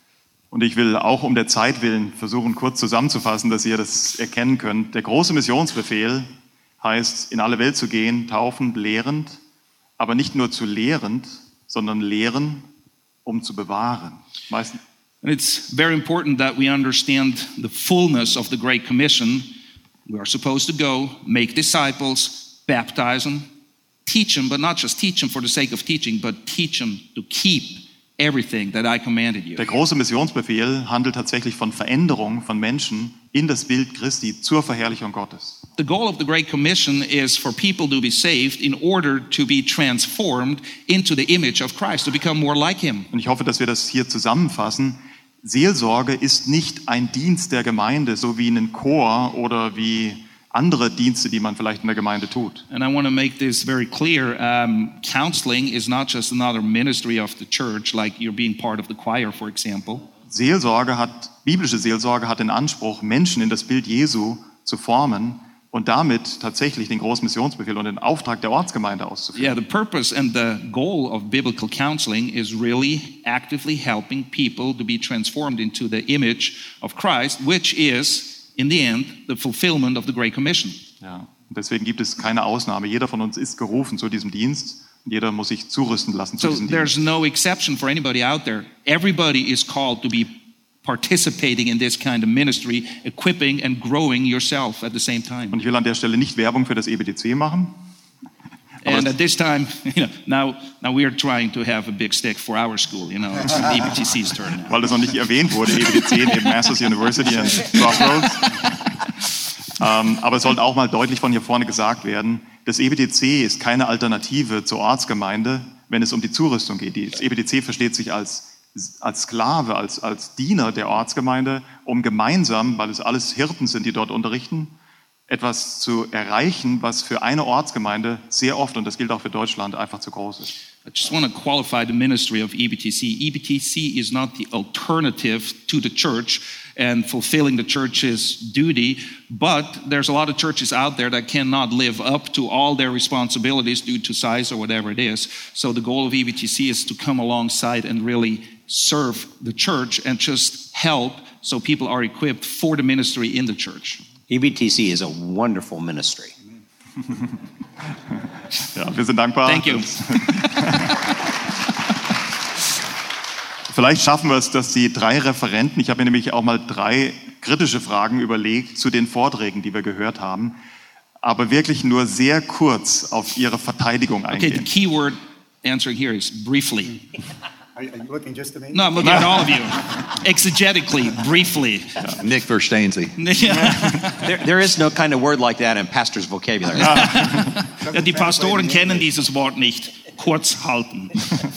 S2: Und ich will auch um der Zeit willen versuchen, kurz zusammenzufassen, dass ihr das erkennen könnt. Der große Missionsbefehl heißt, in alle Welt zu gehen, taufend, lehrend, aber nicht nur zu lehrend, sondern lehren, um zu bewahren. Meistens.
S3: And it's very important that we understand the fullness of the Great Commission. We are supposed to go, make disciples, baptize them, teach them, but not just teach them for the sake of teaching, but teach them to keep everything that I commanded you.
S2: Der große Missionsbefehl handelt tatsächlich von Veränderung von Menschen in das Bild Christi zur Verherrlichung Gottes.
S3: The goal of the Great Commission is for people to be saved in order to be transformed into the image of Christ, to become more like Him.
S2: Und ich hoffe, dass wir das hier zusammenfassen. Seelsorge ist nicht ein Dienst der Gemeinde, so wie ein Chor oder wie andere Dienste, die man vielleicht in der Gemeinde tut.
S3: And I want to make this very clear. Counseling is not just another ministry of the church, like you're being part of the choir, for example.
S2: Biblische Seelsorge hat den Anspruch, Menschen in das Bild Jesu zu formen und damit tatsächlich den großen Missionsbefehl und den Auftrag der Ortsgemeinde auszuführen.
S3: Yeah, the purpose and the goal of biblical counseling is really actively helping people to be transformed into the image of Christ, which is, in the end, the fulfillment of the Great Commission.
S2: Ja, und deswegen gibt es keine Ausnahme. Jeder von uns ist gerufen zu diesem Diesst. Jeder muss sich zurüsten lassen zu
S3: So
S2: diesem
S3: there's
S2: Dienst.
S3: no exception for anybody out there. Everybody is called to be participating in this kind of ministry, equipping and growing yourself at the same time.
S2: Und ich will an der Stelle nicht Werbung für das EBTC machen.
S3: And at this time, now we are trying to have a big stick for our school. It's the EBTC's turn now.
S2: Weil das noch nicht erwähnt wurde, EBTC neben Masters University und Crossroads. Aber es sollte auch mal deutlich von hier vorne gesagt werden, das EBTC ist keine Alternative zur Ortsgemeinde, wenn es um die Zurüstung geht. Das EBTC versteht sich als Sklave, als Diener der Ortsgemeinde, um gemeinsam, weil es alles Hirten sind, die dort unterrichten, etwas zu erreichen, was für eine Ortsgemeinde sehr oft, und das gilt auch für Deutschland, einfach zu groß ist.
S3: I just want to qualify the ministry of EBTC. EBTC is not the alternative to the church and fulfilling the church's duty, but there's a lot of churches out there that cannot live up to all their responsibilities due to size or whatever it is. So the goal of EBTC is to come alongside and really serve the church and just help so people are equipped for the ministry in the church.
S5: EBTC is a wonderful ministry.
S2: Ja, wir sind dankbar.
S3: Thank you.
S2: Vielleicht schaffen wir es, dass die 3 Referenten, ich habe mir nämlich auch mal 3 kritische Fragen überlegt zu den Vorträgen, die wir gehört haben, aber wirklich nur sehr kurz auf ihre Verteidigung
S3: Okay, the
S2: eingehen.
S3: key word answering here is briefly.
S4: Are you looking just at me?
S3: No, I'm looking at all of you. Exegetically, briefly.
S6: Nick verstehen Sie.
S5: There is no kind of word like that in pastor's vocabulary.
S3: Ja, die Pastoren kennen dieses Wort nicht. Kurz halten.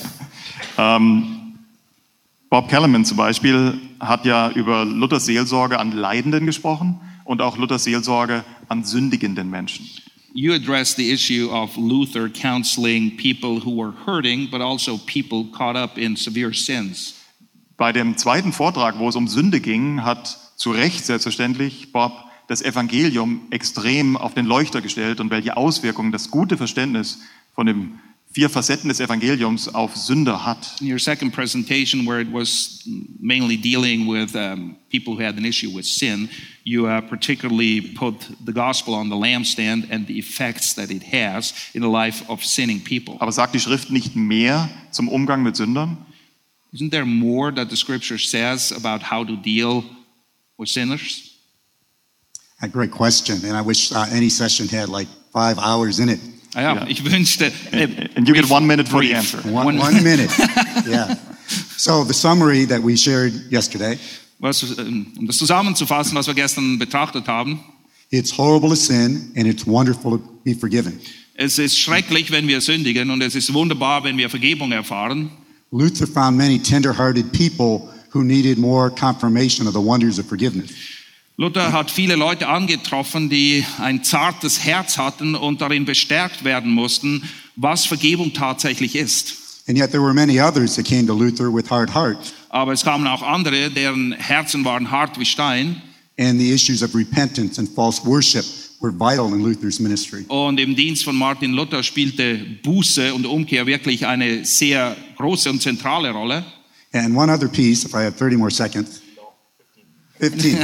S2: Bob Kellerman zum Beispiel hat ja über Luthers Seelsorge an Leidenden gesprochen und auch Luthers Seelsorge an sündigenden Menschen.
S3: You address the issue of Luther counseling people who were hurting, but also people caught up in severe sins.
S2: Bei dem zweiten Vortrag, wo es um Sünde ging, hat zu Recht selbstverständlich Bob das Evangelium extrem auf den Leuchter gestellt und welche Auswirkungen das gute Verständnis von den 4 Facetten des Evangeliums auf Sünder hat.
S3: In your second presentation, where it was mainly dealing with people who had an issue with sin, you particularly put the gospel on the lampstand and the effects that it has in the life of sinning people.
S2: Aber sagt die Schrift nicht mehr zum Umgang mit Sündern?
S3: Isn't there more that the scripture says about how to deal with sinners?
S4: A great question, and I wish any session had like 5 hours in it.
S3: Ja, ich wünschte.
S2: And you get 1 minute for the answer.
S4: One minute. Yeah. So the summary that we shared yesterday.
S3: Um das zusammenzufassen, was wir gestern betrachtet haben.
S4: It's horrible to sin, and it's wonderful to be forgiven.
S3: Es ist schrecklich, wenn wir sündigen, und es ist wunderbar, wenn wir Vergebung erfahren.
S4: Luther found many tender-hearted people who needed more confirmation of the wonders of forgiveness.
S3: Luther hat viele Leute angetroffen, die ein zartes Herz hatten und darin bestärkt werden mussten, was Vergebung tatsächlich ist.
S4: And yet there were many others that came to Luther with hard hearts,
S3: Aber es kamen auch andere, deren Herzen waren hart wie Stein.
S4: and the issues of repentance and false worship were vital in Luther's ministry.
S3: Und im Dienst von Martin Luther spielte Buße und Umkehr wirklich eine sehr große und zentrale Rolle.
S4: And one other piece, if I have 30 more seconds. 15.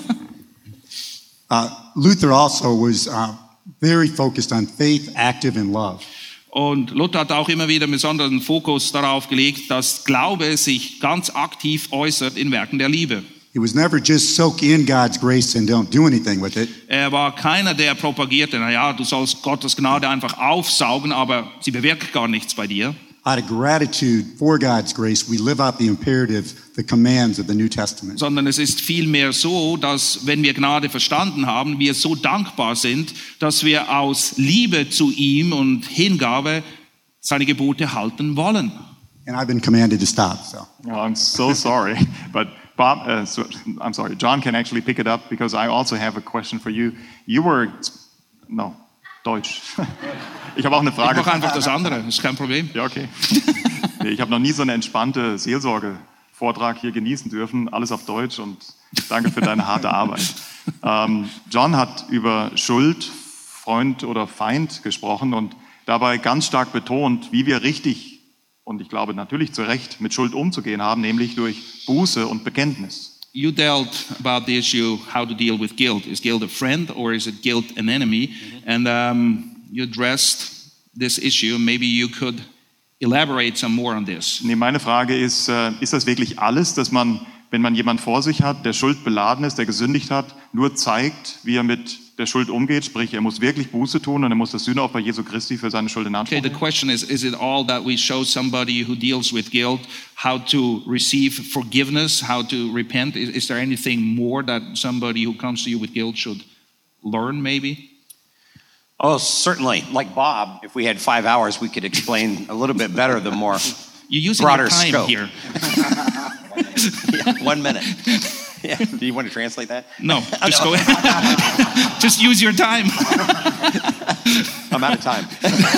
S4: Luther also was very focused on faith, active in love.
S3: Und Luther hat auch immer wieder einen besonderen Fokus darauf gelegt, dass Glaube sich ganz aktiv äußert in Werken der Liebe.
S4: He was never just soak in God's grace and don't do anything with it.
S3: Er war keiner, der propagierte, naja, du sollst Gottes Gnade einfach aufsaugen, aber sie bewirkt gar nichts bei dir.
S4: Out of gratitude for God's grace, we live out the imperative, the commands of the New Testament.
S3: Sondern es ist vielmehr so, dass wenn wir Gnade verstanden haben, wir so dankbar sind, dass wir aus Liebe zu ihm und Hingabe seine Gebote halten wollen.
S4: And I've been commanded to stop, so.
S2: Oh, I'm so sorry, but Bob, I'm sorry, John can actually pick it up because I also have a question for you. Deutsch. Ich habe auch eine Frage.
S3: Ich mache einfach das andere, das ist kein Problem.
S2: Ja, okay. Ich habe noch nie so eine entspannte Seelsorge-Vortrag hier genießen dürfen. Alles auf Deutsch und danke für deine harte Arbeit. John hat über Schuld, Freund oder Feind gesprochen und dabei ganz stark betont, wie wir richtig und ich glaube natürlich zu Recht mit Schuld umzugehen haben, nämlich durch Buße und Bekenntnis.
S3: You dealt about the issue how to deal with guilt. Is guilt a friend or is it guilt an enemy? And you addressed this issue. Maybe you could elaborate some more on this.
S2: Nee, meine Frage ist das wirklich alles, dass man, wenn man jemand vor sich hat, der schuldbeladen ist, der gesündigt hat, nur zeigt, wie er mit der Schuld umgeht, sprich, er muss wirklich Buße tun und er muss das Sühneopfer Jesu Christi für seine Schuld in Anspruch
S3: Okay, the question is it all that we show somebody who deals with guilt how to receive forgiveness, how to repent? Is there anything more that somebody who comes to you with guilt should learn maybe?
S5: Oh, certainly. Like Bob, if we had 5 hours, we could explain a little bit better the more
S3: You're using
S5: broader
S3: your time
S5: scope.
S3: here.
S5: Yeah, 1 minute. Yeah. Do you want to translate that?
S3: No, just go ahead. Just use your time.
S5: I'm out of time.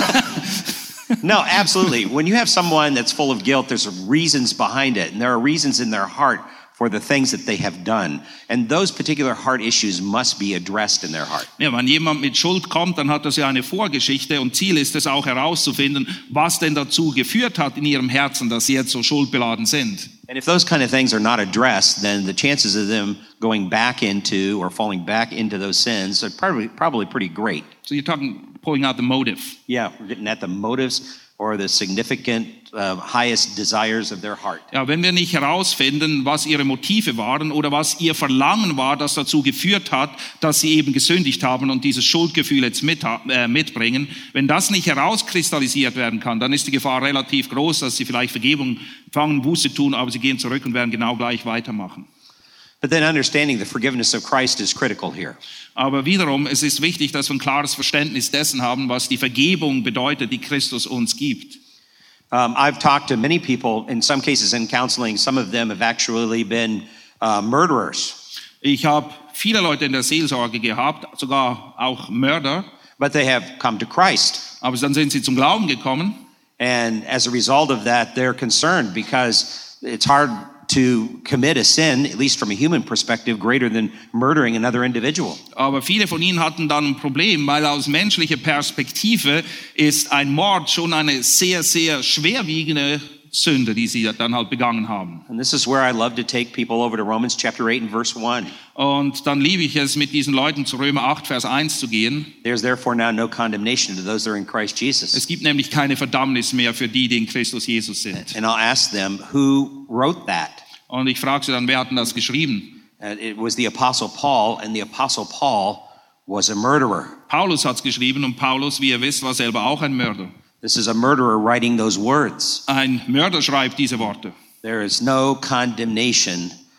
S5: No, absolutely. When you have someone that's full of guilt, there's reasons behind it, and there are reasons in their heart for the things that they have done. And those particular heart issues must be addressed in their heart.
S3: Ja, wenn jemand mit Schuld kommt, dann hat das ja eine Vorgeschichte und Ziel ist es auch herauszufinden, was denn dazu geführt hat in ihrem Herzen, dass sie jetzt so schuldbeladen sind.
S5: And if those kind of things are not addressed, then the chances of them going back into or falling back into those sins are probably pretty great.
S3: So you're talking pulling out the motive.
S5: Yeah, we're getting at the motives or the significant highest desires of their heart.
S3: Ja, wenn wir nicht herausfinden, was ihre Motive waren oder was ihr Verlangen war, das dazu geführt hat, dass sie eben gesündigt haben und dieses Schuldgefühl jetzt mitbringen, wenn das nicht herauskristallisiert werden kann, dann ist die Gefahr relativ groß, dass sie vielleicht Vergebung empfangen, Buße tun, aber sie gehen zurück und werden genau gleich weitermachen.
S5: But then understanding the forgiveness of Christ is critical here.
S3: Aber wiederum, es ist wichtig, dass wir ein klares Verständnis dessen haben, was die Vergebung bedeutet, die Christus uns gibt.
S5: I've talked to many people, in some cases in counseling, some of them have actually been murderers.
S3: Ich habe viele Leute in der Seelsorge gehabt, sogar auch Mörder.
S5: But they have come to Christ.
S3: Aber dann sind sie zum Glauben gekommen.
S5: And as a result of that, they're concerned because it's hard to commit a sin, at least from a human perspective, greater than murdering another individual.
S3: Aber viele von ihnen hatten dann ein Problem, weil aus menschlicher Perspektive ist ein Mord schon eine sehr, sehr schwerwiegende Sünde, die sie dann halt begangen haben.
S5: And this is where I love to take people over to Romans chapter 8 and verse 1.
S3: Und dann liebe ich es, mit diesen Leuten zu Römer 8, Vers 1 zu gehen.
S5: There's therefore now no condemnation to those that are in Christ Jesus.
S3: Es gibt nämlich keine Verdammnis mehr für die, die in Christus Jesus sind.
S5: And I'll ask them, who wrote that?
S3: Und ich frage sie dann, wer hat denn das geschrieben?
S5: It was the Apostle Paul, and the Apostle Paul was a murderer.
S3: Paulus hat es geschrieben und Paulus, wie ihr wisst, war selber auch ein Mörder.
S5: This is a murderer writing those words.
S3: Ein Mörder schreibt diese Worte.
S5: There is no condemnation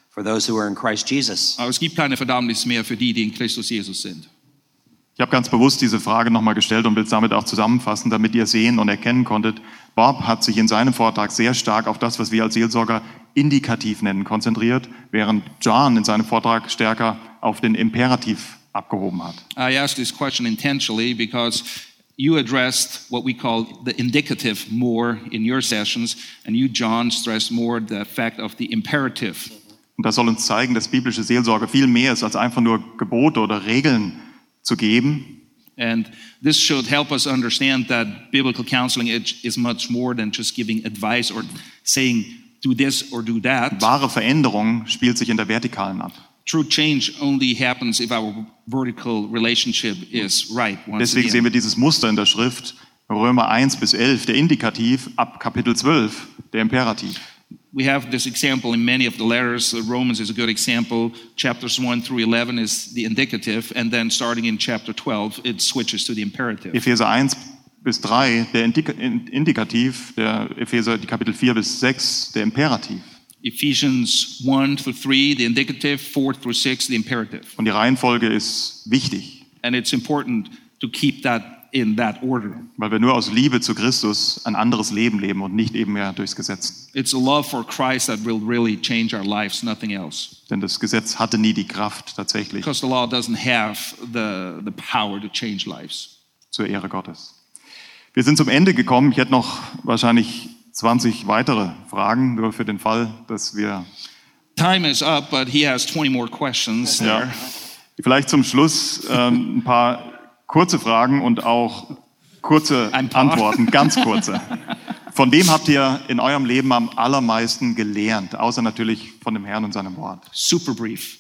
S5: for those who are in Christ Jesus.
S3: Aber es gibt keine Verdammnis mehr für die, die in Christus Jesus sind.
S2: Ich habe ganz bewusst diese Frage nochmal gestellt und will es damit auch zusammenfassen, damit ihr sehen und erkennen konntet. Bob hat sich in seinem Vortrag sehr stark auf das, was wir als Seelsorger indikativ nennen, konzentriert, während John in seinem Vortrag stärker auf den Imperativ abgehoben hat.
S3: I asked this question intentionally because you addressed what we call the indicative more in your sessions, and you, John, stressed more the fact of the imperative.
S2: Und das soll uns zeigen, dass biblische Seelsorge viel mehr ist, als einfach nur Gebote oder Regeln zu geben.
S3: And this should help us understand that biblical counseling is much more than just giving advice or saying, do this or do that.
S2: Wahre Veränderung spielt sich in der Vertikalen ab.
S3: True change only happens if our vertical relationship is right.
S2: Deswegen sehen wir dieses Muster in der Schrift, Römer 1 bis 11, der Indikativ, ab Kapitel 12, der Imperativ.
S3: We have this example in many of the letters. Romans is a good example. Chapters 1 through 11 is the indicative, and then starting in chapter 12, it switches to the imperative.
S2: Epheser 1 bis 3, der Indikativ, der Epheser, die Kapitel 4 bis 6, der Imperativ.
S3: Ephesians 1 through 3, the indicative, 4 through 6, the imperative.
S2: Und die Reihenfolge ist wichtig,
S3: And it's important to keep that in that order.
S2: weil wir nur aus Liebe zu Christus ein anderes Leben leben und nicht eben mehr durchs Gesetz.
S3: It's a love for Christ that will really change our lives, nothing else.
S2: Denn das Gesetz hatte nie die Kraft tatsächlich
S3: Because the law doesn't have the power to change lives.
S2: zur Ehre Gottes. Wir sind zum Ende gekommen. Ich hätte noch wahrscheinlich 20 weitere Fragen, nur für den Fall, dass wir
S3: Time is up, but he has 20 more questions there.
S2: vielleicht zum Schluss ein paar kurze Fragen und auch kurze
S3: Ein paar.
S2: Antworten, ganz kurze. Von wem habt ihr in eurem Leben am allermeisten gelernt, außer natürlich von dem Herrn und seinem Wort?
S3: Super brief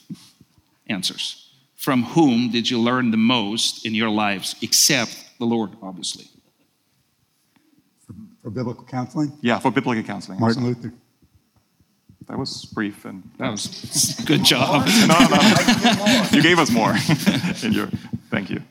S3: answers. From whom did you learn the most in your lives, except the Lord, obviously?
S4: For biblical counseling,
S2: Ja, for biblical counseling.
S4: Martin Luther.
S2: That was brief and
S3: That was a good job.
S2: no. You gave us more in your. Thank you.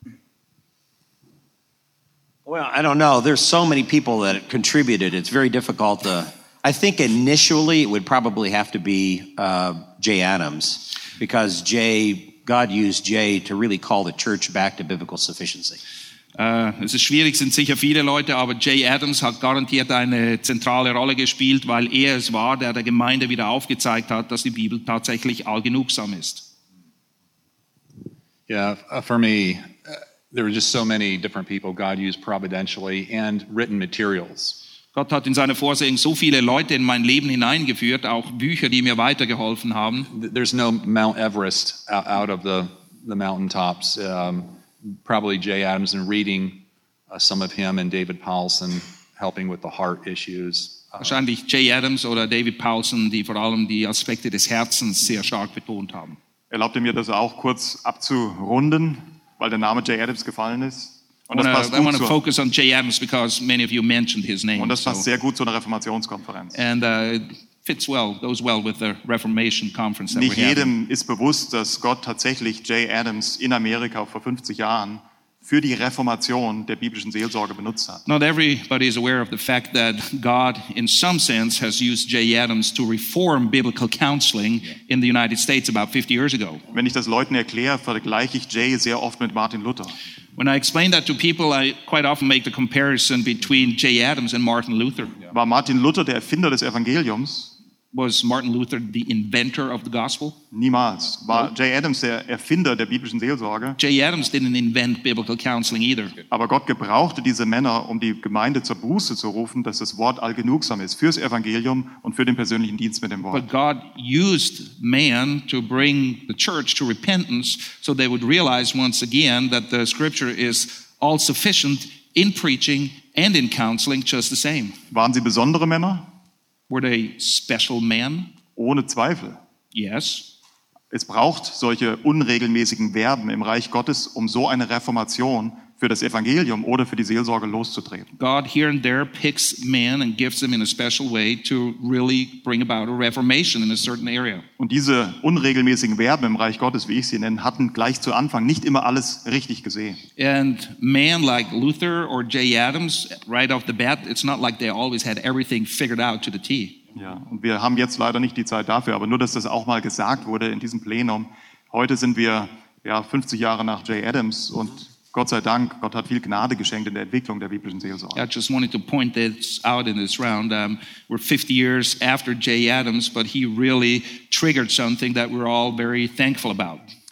S5: Well, I don't know. There's so many people that contributed. It's very difficult to. I think initially it would probably have to be Jay Adams, because God used Jay to really call the church back to biblical sufficiency.
S3: Es ist schwierig, sind sicher viele Leute, aber Jay Adams hat garantiert eine zentrale Rolle gespielt, weil er es war, der Gemeinde wieder aufgezeigt hat, dass die Bibel tatsächlich allgenugsam ist.
S6: Yeah, for me, there were just so many different people God used providentially and written materials.
S3: Gott hat in seiner Vorsehung so viele Leute in mein Leben hineingeführt, auch Bücher, die mir weitergeholfen haben.
S6: There's no Mount Everest out of the mountaintops. Probably Jay Adams, and reading some of him, and David Powlison helping with the heart issues.
S3: Wahrscheinlich Jay Adams oder David Powlison, die vor allem die Aspekte des Herzens sehr stark betont haben.
S2: Erlaubt ihr mir, das auch kurz abzurunden, weil der Name Jay Adams gefallen ist? Und
S3: I
S2: das passt
S3: want
S2: gut
S3: to focus on Jay Adams because many of you mentioned his name.
S2: und das passt
S3: So.
S2: sehr gut zu einer Reformationskonferenz.
S3: And it goes well with the Reformation conference that
S2: Nicht
S3: we're having.
S2: jedem ist bewusst, dass Gott tatsächlich Jay Adams in Amerika vor 50 Jahren für die Reformation der biblischen Seelsorge benutzt hat.
S3: Not everybody is aware of the fact that God, in some sense, has used Jay Adams to reform biblical counseling in the United States about 50 years ago.
S2: Wenn ich das Leuten erkläre, vergleiche ich Jay sehr oft mit Martin Luther.
S3: When I explain that to people, I quite often make the comparison between Jay Adams and Martin Luther.
S2: War Martin Luther der Erfinder des Evangeliums?
S3: Was Martin Luther the inventor of the gospel?
S2: Niemals. War Jay Adams der Erfinder der biblischen Seelsorge?
S3: Jay Adams didn't invent biblical counseling either.
S2: Aber Gott gebrauchte diese Männer, um die Gemeinde zur Buße zu rufen, dass das Wort allgenugsam ist fürs Evangelium und für den persönlichen Dienst mit dem Wort.
S3: But God used man to bring the church to repentance so they would realize once again that the scripture is all sufficient in preaching and in counseling just the same.
S2: Waren sie besondere Männer?
S3: Were they special men?
S2: Ohne Zweifel.
S3: Yes.
S2: Es braucht solche unregelmäßigen Verben im Reich Gottes, um so eine Reformation für das Evangelium oder für die Seelsorge loszutreten.
S3: God here and there picks men and gives them in a special way to really bring about a reformation in a certain area.
S2: Und diese unregelmäßigen Verben im Reich Gottes, wie ich sie nenne, hatten gleich zu Anfang nicht immer alles richtig gesehen.
S3: And men like Luther or Jay Adams, right off the bat, it's not like they always had everything figured out to the T.
S2: Ja, und wir haben jetzt leider nicht die Zeit dafür, aber nur, dass das auch mal gesagt wurde in diesem Plenum. Heute sind wir 50 Jahre nach Jay Adams und Gott sei Dank, Gott hat viel Gnade geschenkt in der Entwicklung der biblischen Seelsorge.
S3: I just wanted to point this out in this round. We're 50 years after Jay Adams, but he really triggered something that we're all very thankful about.